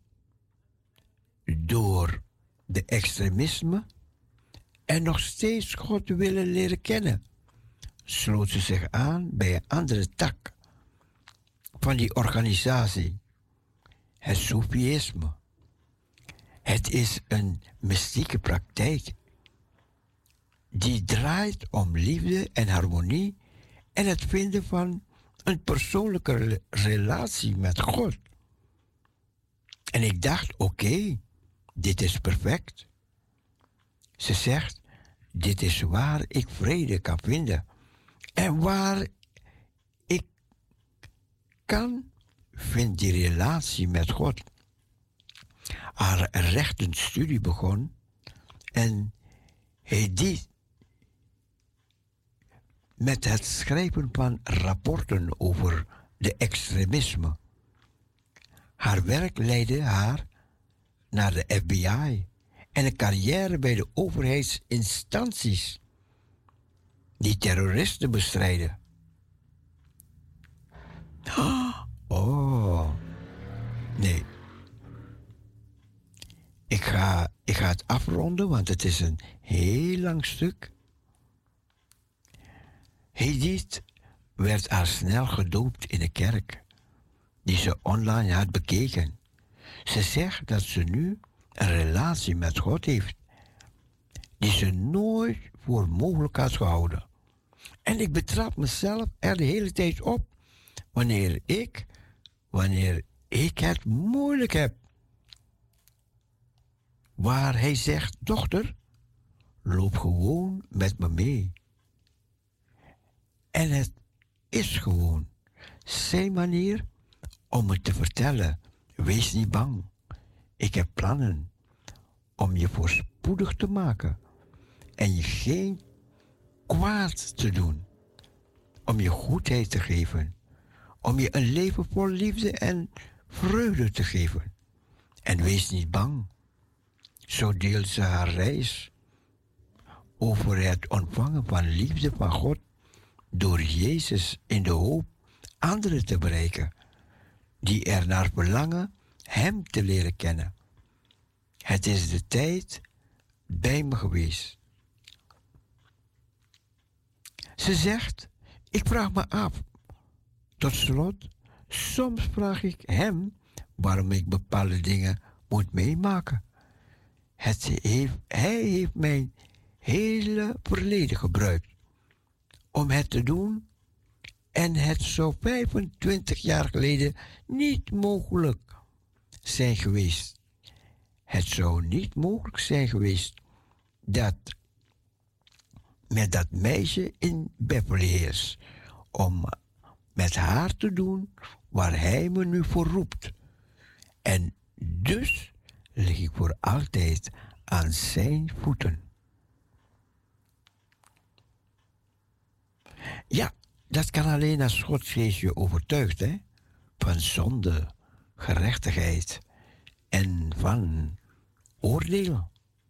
door de extremisme en nog steeds God willen leren kennen, sloot ze zich aan bij een andere tak van die organisatie, het Soefisme. Het is een mystieke praktijk die draait om liefde en harmonie en het vinden van een persoonlijke re- relatie met God. En ik dacht, oké, okay, dit is perfect. Ze zegt, dit is waar ik vrede kan vinden. En waar ik kan, vind die relatie met God. Haar rechtenstudie begon en hij deed met het schrijven van rapporten over de extremisme. Haar werk leidde haar naar de F B I en een carrière bij de overheidsinstanties die terroristen bestrijden. Oh, nee. Ik ga, ik ga het afronden, want het is een heel lang stuk. Hedith werd al snel gedoopt in de kerk, die ze online had bekeken. Ze zegt dat ze nu een relatie met God heeft, die ze nooit voor mogelijk had gehouden. En ik betrap mezelf er de hele tijd op, wanneer ik, wanneer ik het moeilijk heb. Waar hij zegt, dochter, loop gewoon met me mee. En het is gewoon zijn manier om me te vertellen, wees niet bang. Ik heb plannen om je voorspoedig te maken en je geen kwaad te doen. Om je goedheid te geven. Om je een leven vol liefde en vreugde te geven. En wees niet bang. Zo deelt ze haar reis over het ontvangen van liefde van God door Jezus in de hoop anderen te bereiken die er naar verlangen Hem te leren kennen. Het is de tijd bij me geweest. Ze zegt, ik vraag me af. Tot slot, soms vraag ik Hem waarom ik bepaalde dingen moet meemaken. Het heeft, hij heeft mijn hele verleden gebruikt om het te doen en het zou vijfentwintig jaar geleden niet mogelijk zijn geweest. Het zou niet mogelijk zijn geweest dat met dat meisje in Beverly Hills om met haar te doen waar hij me nu voor roept. En dus lig ik voor altijd aan zijn voeten. Ja, dat kan alleen als Gods geest je overtuigt, hè? Van zonde, gerechtigheid en van oordeel.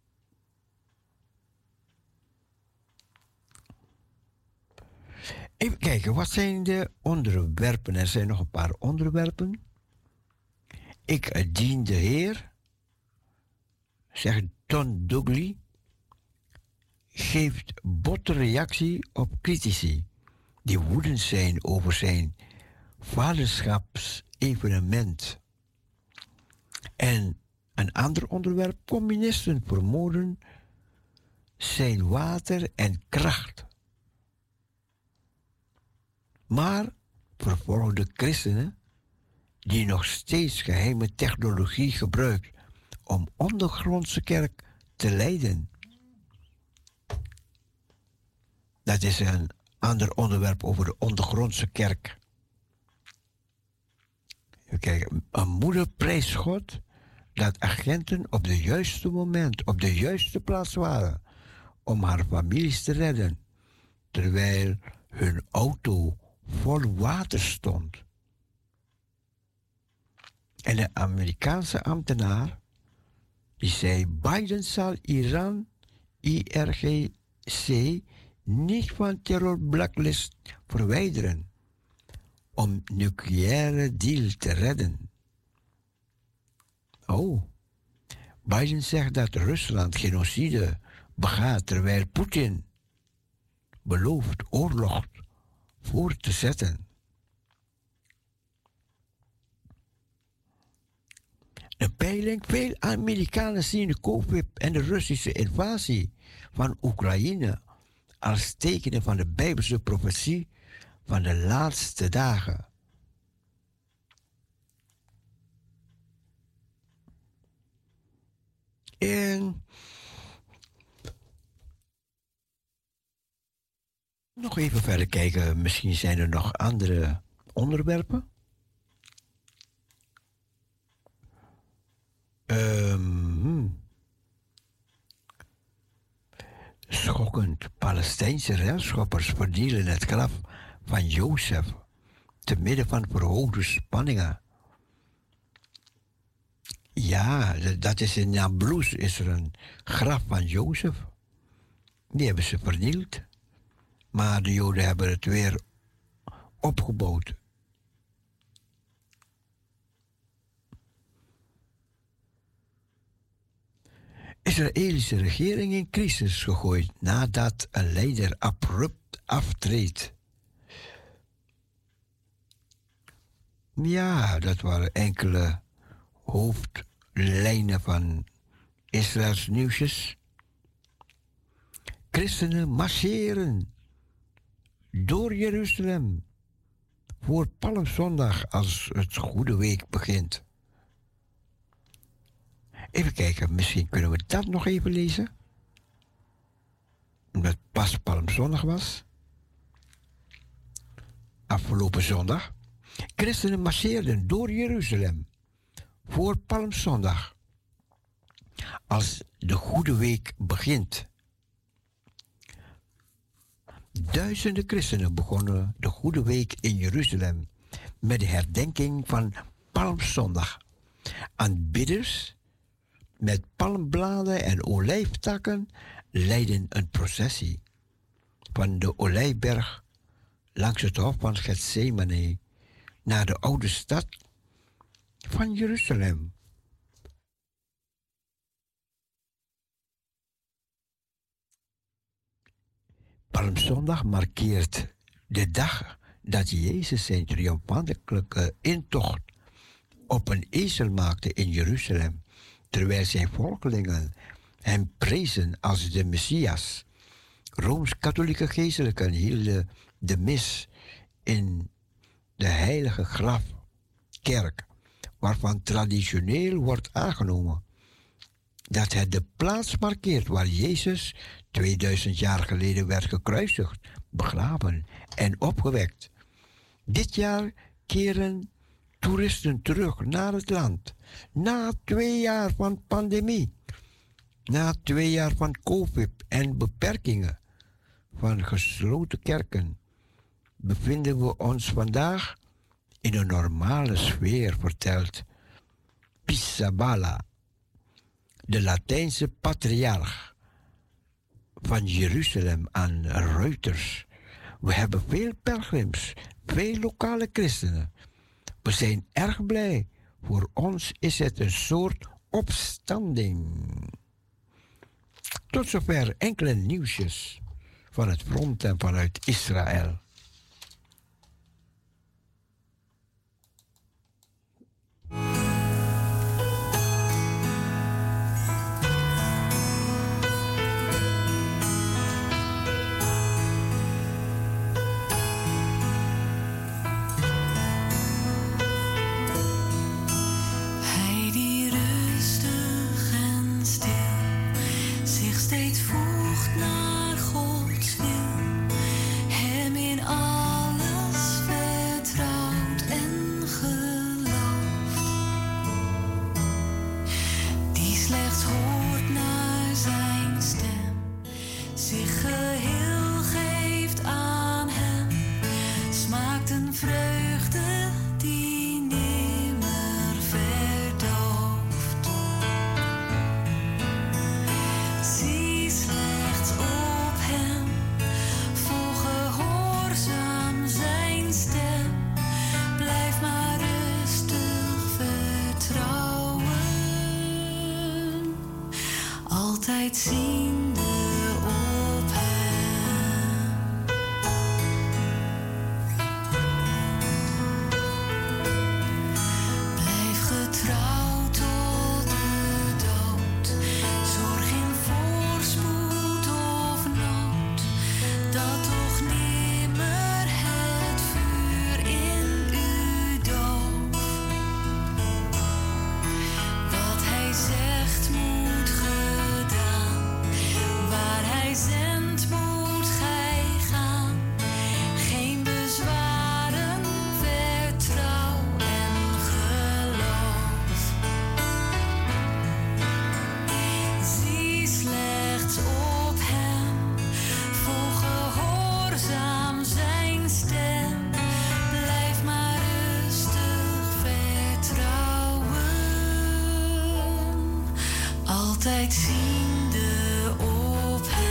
Even kijken, wat zijn de onderwerpen? Er zijn nog een paar onderwerpen. Ik dien de Heer, zegt Don Dougley, geeft botte reactie op critici die woedend zijn over zijn vaderschapsevenement. En een ander onderwerp, communisten vermoorden zijn water en kracht. Maar vervolgde christenen die nog steeds geheime technologie gebruikt om ondergrondse kerk te leiden. Dat is een ander onderwerp over de ondergrondse kerk. Even kijken. Een moeder prijst God dat agenten op het juiste moment, op de juiste plaats waren om haar families te redden, terwijl hun auto vol water stond. En de Amerikaanse ambtenaar die zei: Biden zal Iran, I R G C, niet van terrorblacklist verwijderen om nucleaire deal te redden. Oh, Biden zegt dat Rusland genocide begaat terwijl Poetin belooft oorlog voor te zetten. De peiling: veel Amerikanen zien de COVID en de Russische invasie van Oekraïne als tekenen van de Bijbelse profetie van de laatste dagen. En nog even verder kijken, misschien zijn er nog andere onderwerpen. Um, schokkend. Palestijnse railschoppers vernielen het graf van Jozef te midden van verhoogde spanningen. Ja, dat is in Nablus is er een graf van Jozef. Die hebben ze vernield. Maar de Joden hebben het weer opgebouwd. Israëlische regering in crisis gegooid nadat een leider abrupt aftreedt. Ja, dat waren enkele hoofdlijnen van Israëls nieuwsjes. Christenen marcheren door Jeruzalem voor Palmzondag als het Goede Week begint. Even kijken, misschien kunnen we dat nog even lezen. Omdat het pas Palmzondag was. Afgelopen zondag. Christenen marcheerden door Jeruzalem voor Palmzondag als de Goede Week begint. Duizenden christenen begonnen de Goede Week in Jeruzalem met de herdenking van Palmzondag. Aanbidders met palmbladen en olijftakken leidden een processie van de Olijfberg langs het hof van Getsemane naar de oude stad van Jeruzalem. Palmzondag markeert de dag dat Jezus zijn triomfantelijke intocht op een ezel maakte in Jeruzalem, terwijl zijn volgelingen hem prezen als de Messias. Rooms-katholieke geestelijken hielden de mis in de heilige grafkerk, waarvan traditioneel wordt aangenomen dat het de plaats markeert waar Jezus tweeduizend jaar geleden werd gekruisigd, begraven en opgewekt. Dit jaar keren toeristen terug naar het land. Na twee jaar van pandemie. Na twee jaar van COVID en beperkingen van gesloten kerken bevinden we ons vandaag in een normale sfeer, vertelt Pizzaballa, de Latijnse patriarch van Jeruzalem, aan Reuters. We hebben veel pelgrims, veel lokale christenen. We zijn erg blij. Voor ons is het een soort opstanding. Tot zover enkele nieuwsjes van het front en vanuit Israël. Steeds voegt naar Gods wil, hem in Altijd ziende op hem. Blijf getrouw tot de dood. Zorg in voorspoed of nood. Dat toch nimmer het vuur in u doof. Wat hij zegt moet gedaan. Waar hij zendt moet gij gaan. Geen bezwaren, vertrouw en geloof. Zie slechts op hem, volg gehoorzaam zijn stem. Blijf maar rustig vertrouwen, altijd ziende op hem.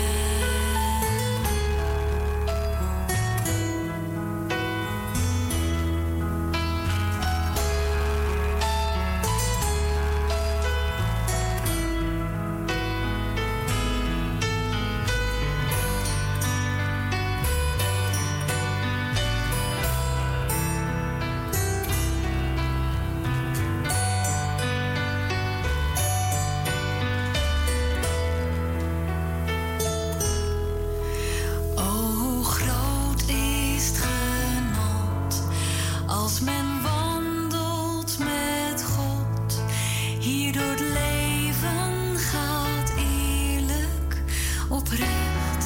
O, hoe groot is het genot als men wandelt met God. Hier door het leven gaat eerlijk, oprecht.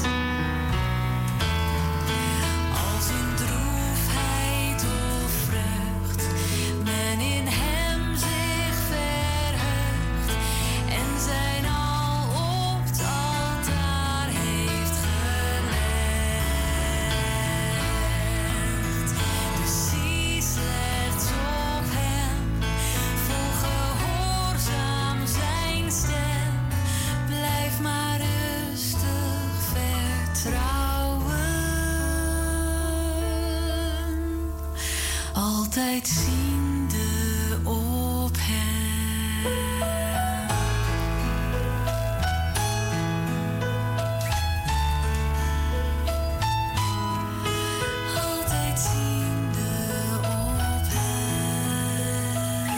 Als in droefheid of vreugd, men in hem zich verheugt en zijn al op het altaar heeft gelegd. Dus zie slechts op hem, volg gehoorzaam zijn stem. Blijf maar rustig vertrouwen, altijd ziende op hem. Altijd ziende op hem.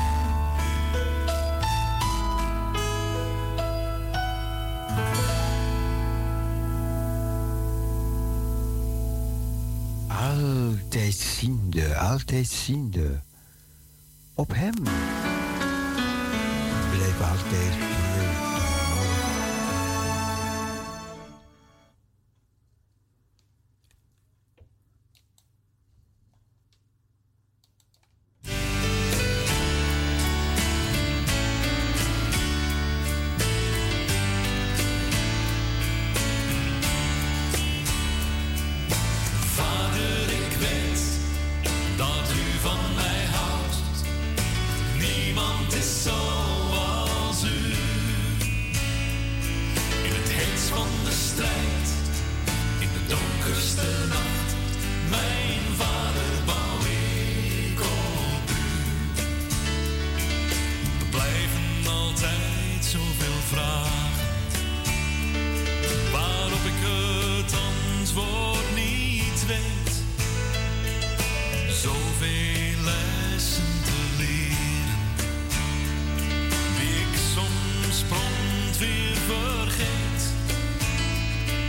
Altijd ziende, altijd ziende. Op hem. Blijf altijd vreugde. Vader, ik weet dat u van mij houdt. Niemand is zoals u. In het heetst van de strijd, in de donkerste nacht, mijn vader bouw ik op u. Er blijven altijd zoveel vragen, waarop ik het antwoord niet weet. Zoveel lessen te leren, die ik soms prompt weer vergeet.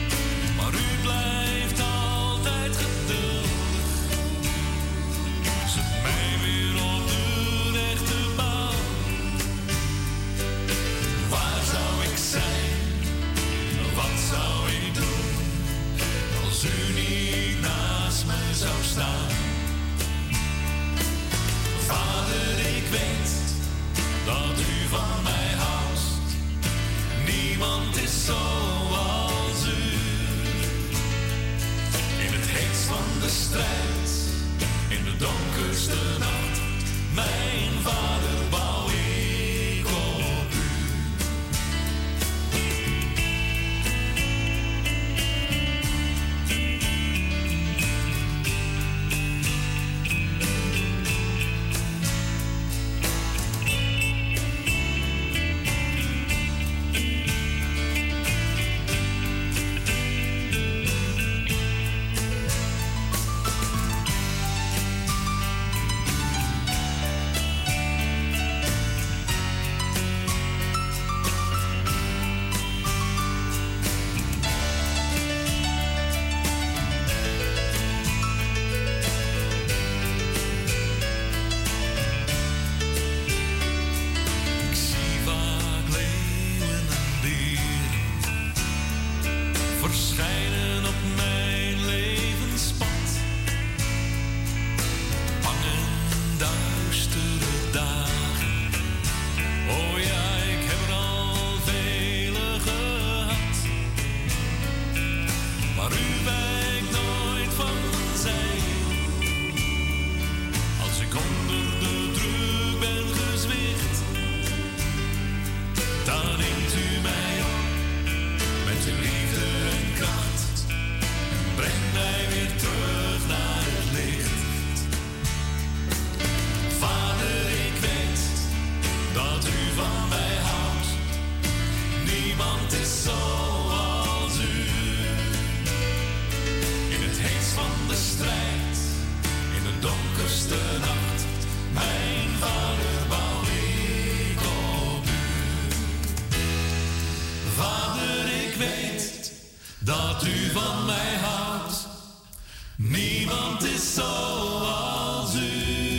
dat u van mij houdt. Niemand is zoals u.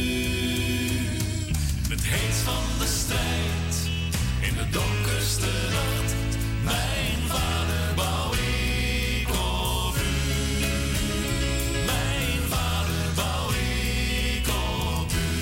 Met heet van de strijd, in de donkerste nacht, mijn vader bouw ik op u. Mijn vader bouw ik op u.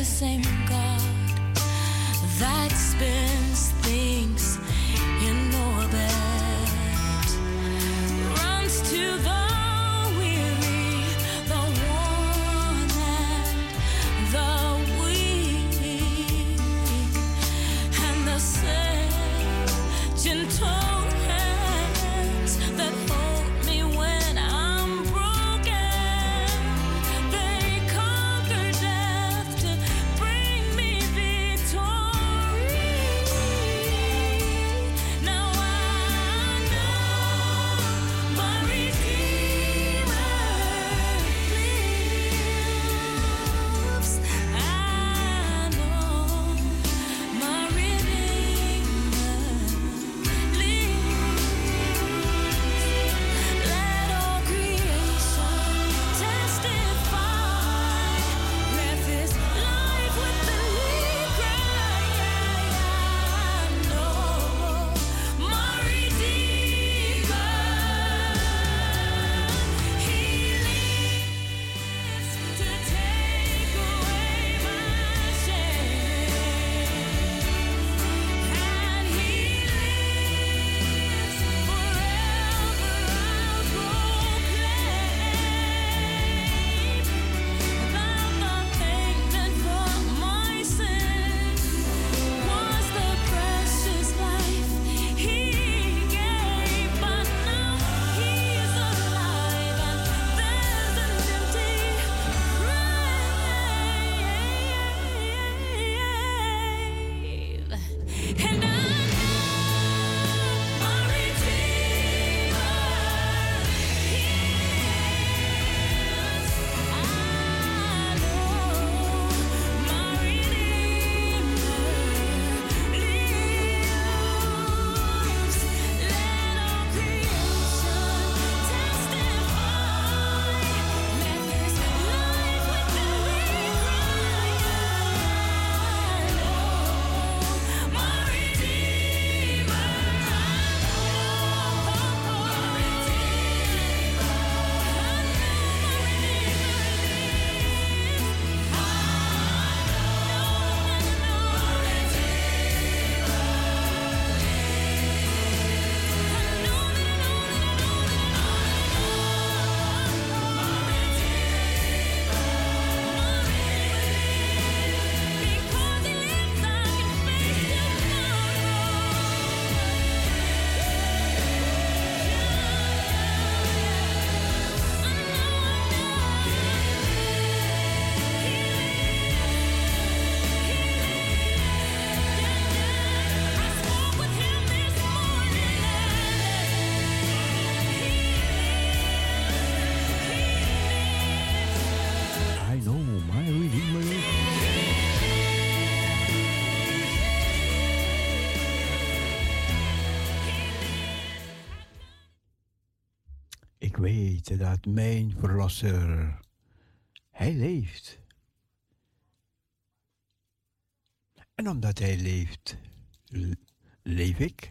same God that spins things in orbit, runs to the weary, the worn and the weak, and the same gentle hands that hold me when I'm broken. They conquer death to bring me victory. Now I know my Redeemer lives. I know my Redeemer lives. Let all creation testify. Let this life with the lead cry. I know my Redeemer. He lives to take away my shame, and He lives forever. I'll proclaim that the payment for my sin was the precious life He gave. But now He's alive, and there's an empty grave. And I know my Redeemer lives. I know my Redeemer lives. Let all creation testify. Let this life with the lead cry. I know my Redeemer. I know my Redeemer lives. Ik weet dat mijn verlosser, hij leeft. En omdat hij leeft, le- leef ik.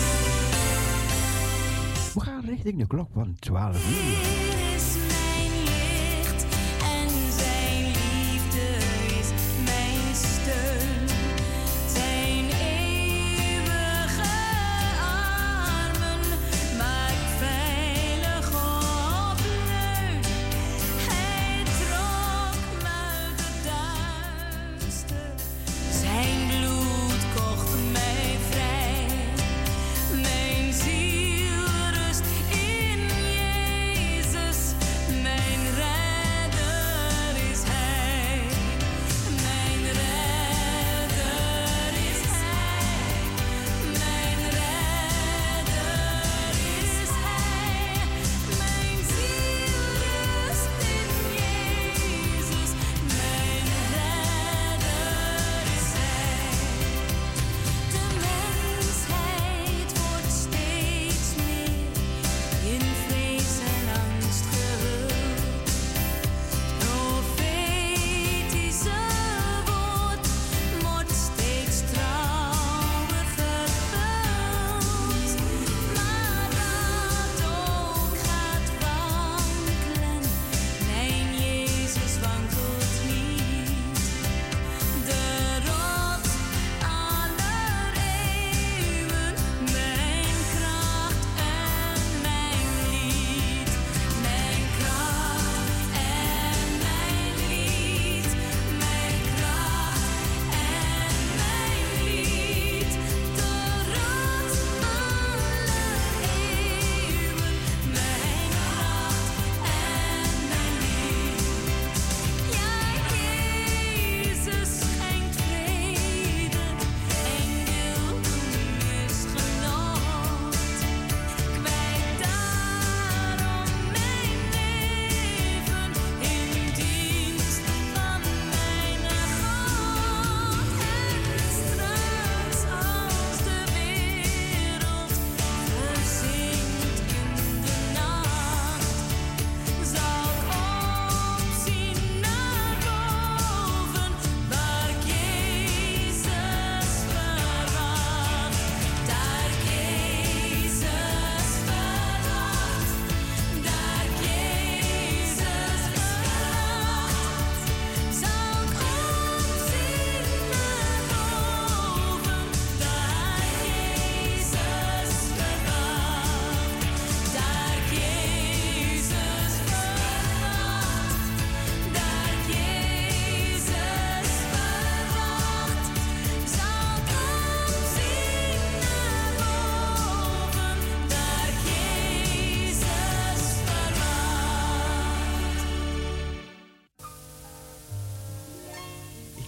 We gaan richting de klok van twaalf uur. Is mijn licht en zijn liefde is mijn steun. Zijn eeuwige armen maakt veilig op leun. Hij trok me uit het duister. Zijn bloed kocht mij vrij. Mijn ziel rust in Jezus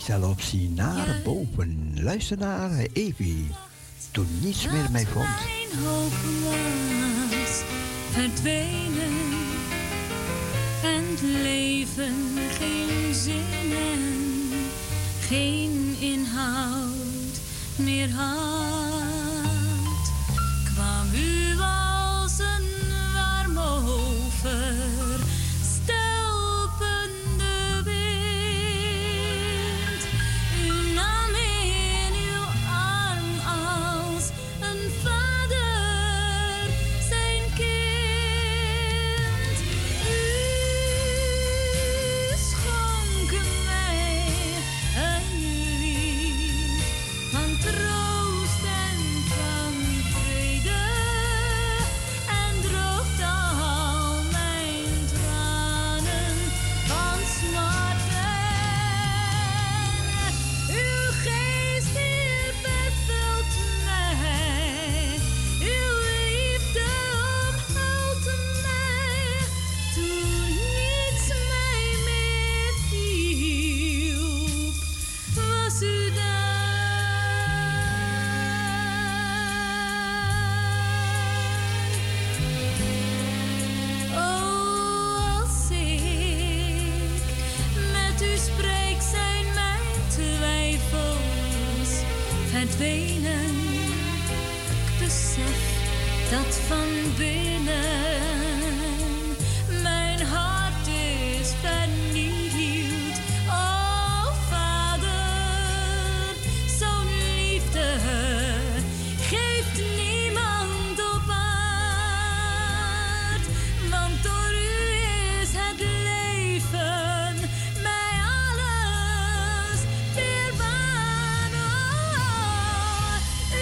Zelfs zie naar boven. Luister naar Evie. Toen niets meer mij vond. Mijn hoop was verdwenen. En het leven geen zin en geen inhoud meer had. Kwam u als een warme over. Dat van binnen mijn hart is vernield. Oh Vader, zo'n liefde geeft niemand op aard. Want door u is het leven mij alles dierbaar. Oh, u,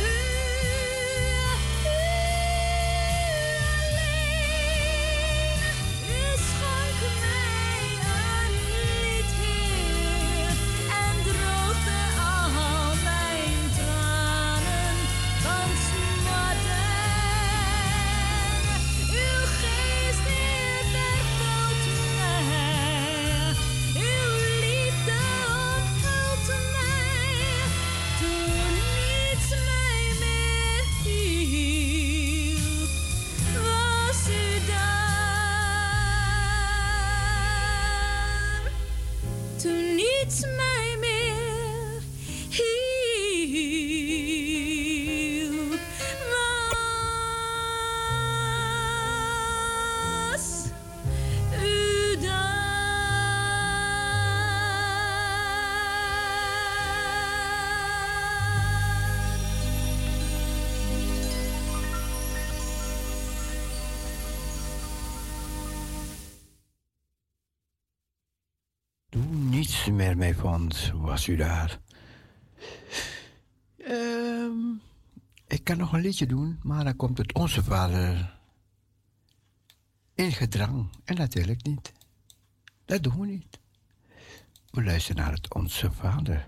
meer mij vond, was u daar. Um, ik kan nog een liedje doen, maar dan komt het Onze Vader in gedrang. En dat wil ik niet. Dat doen we niet. We luisteren naar het Onze Vader.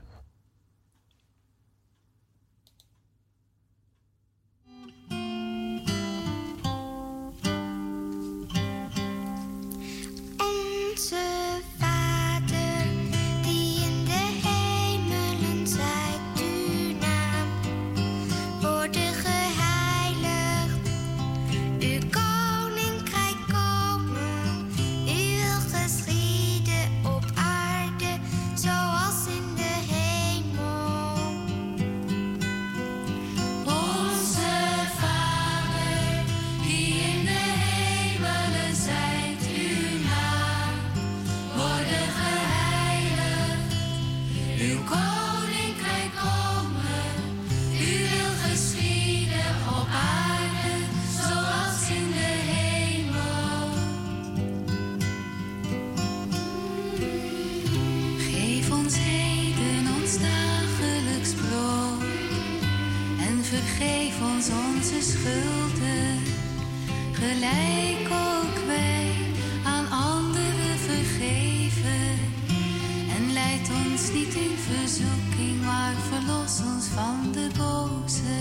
Vergeef ons onze schulden, gelijk ook wij aan anderen vergeven. En leid ons niet in verzoeking, maar verlos ons van de boze.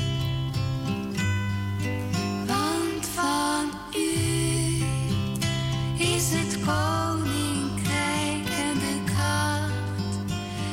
Want van u is het koninkrijk en de kracht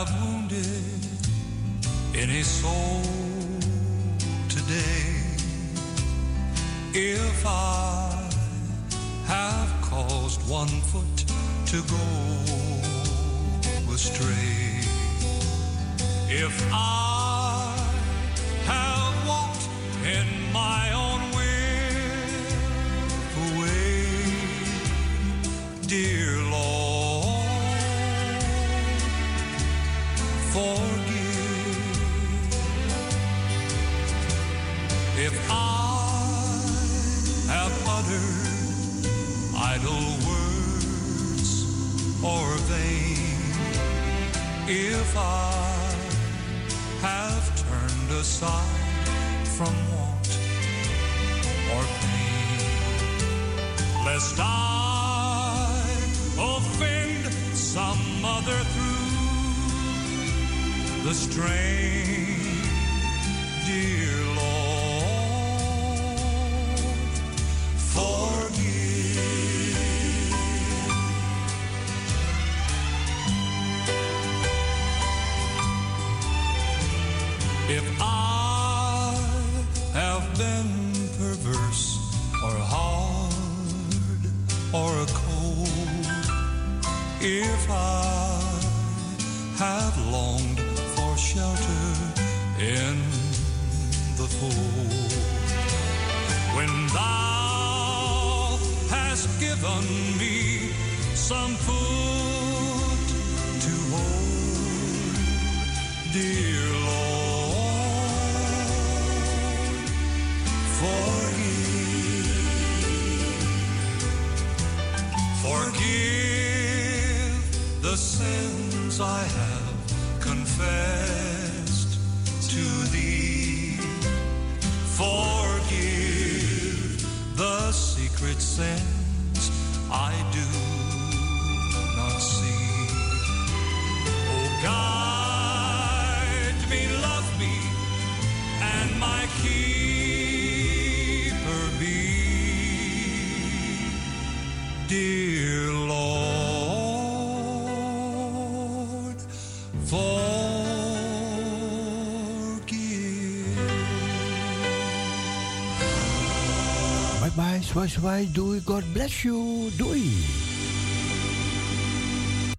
have wounded any soul today, if I have caused one foot to go astray, if I have walked in my own willful way, dear Lord, forgive. If I have uttered idle words or vain, if I have turned aside from want or pain, lest I offend some other through the strain, dear Lord, forgive. If I have been perverse or hard or cold, if I have longed for shelter in the fold, when thou hast given me some food to hold, dear Lord, forgive. Forgive the sins I have confessed to thee. Forgive the secret sins I do not see. Oh, guide me, love me, and my keeper be, dear Lord, forgive. Bye bye, swai swai, doei, God bless you, doei.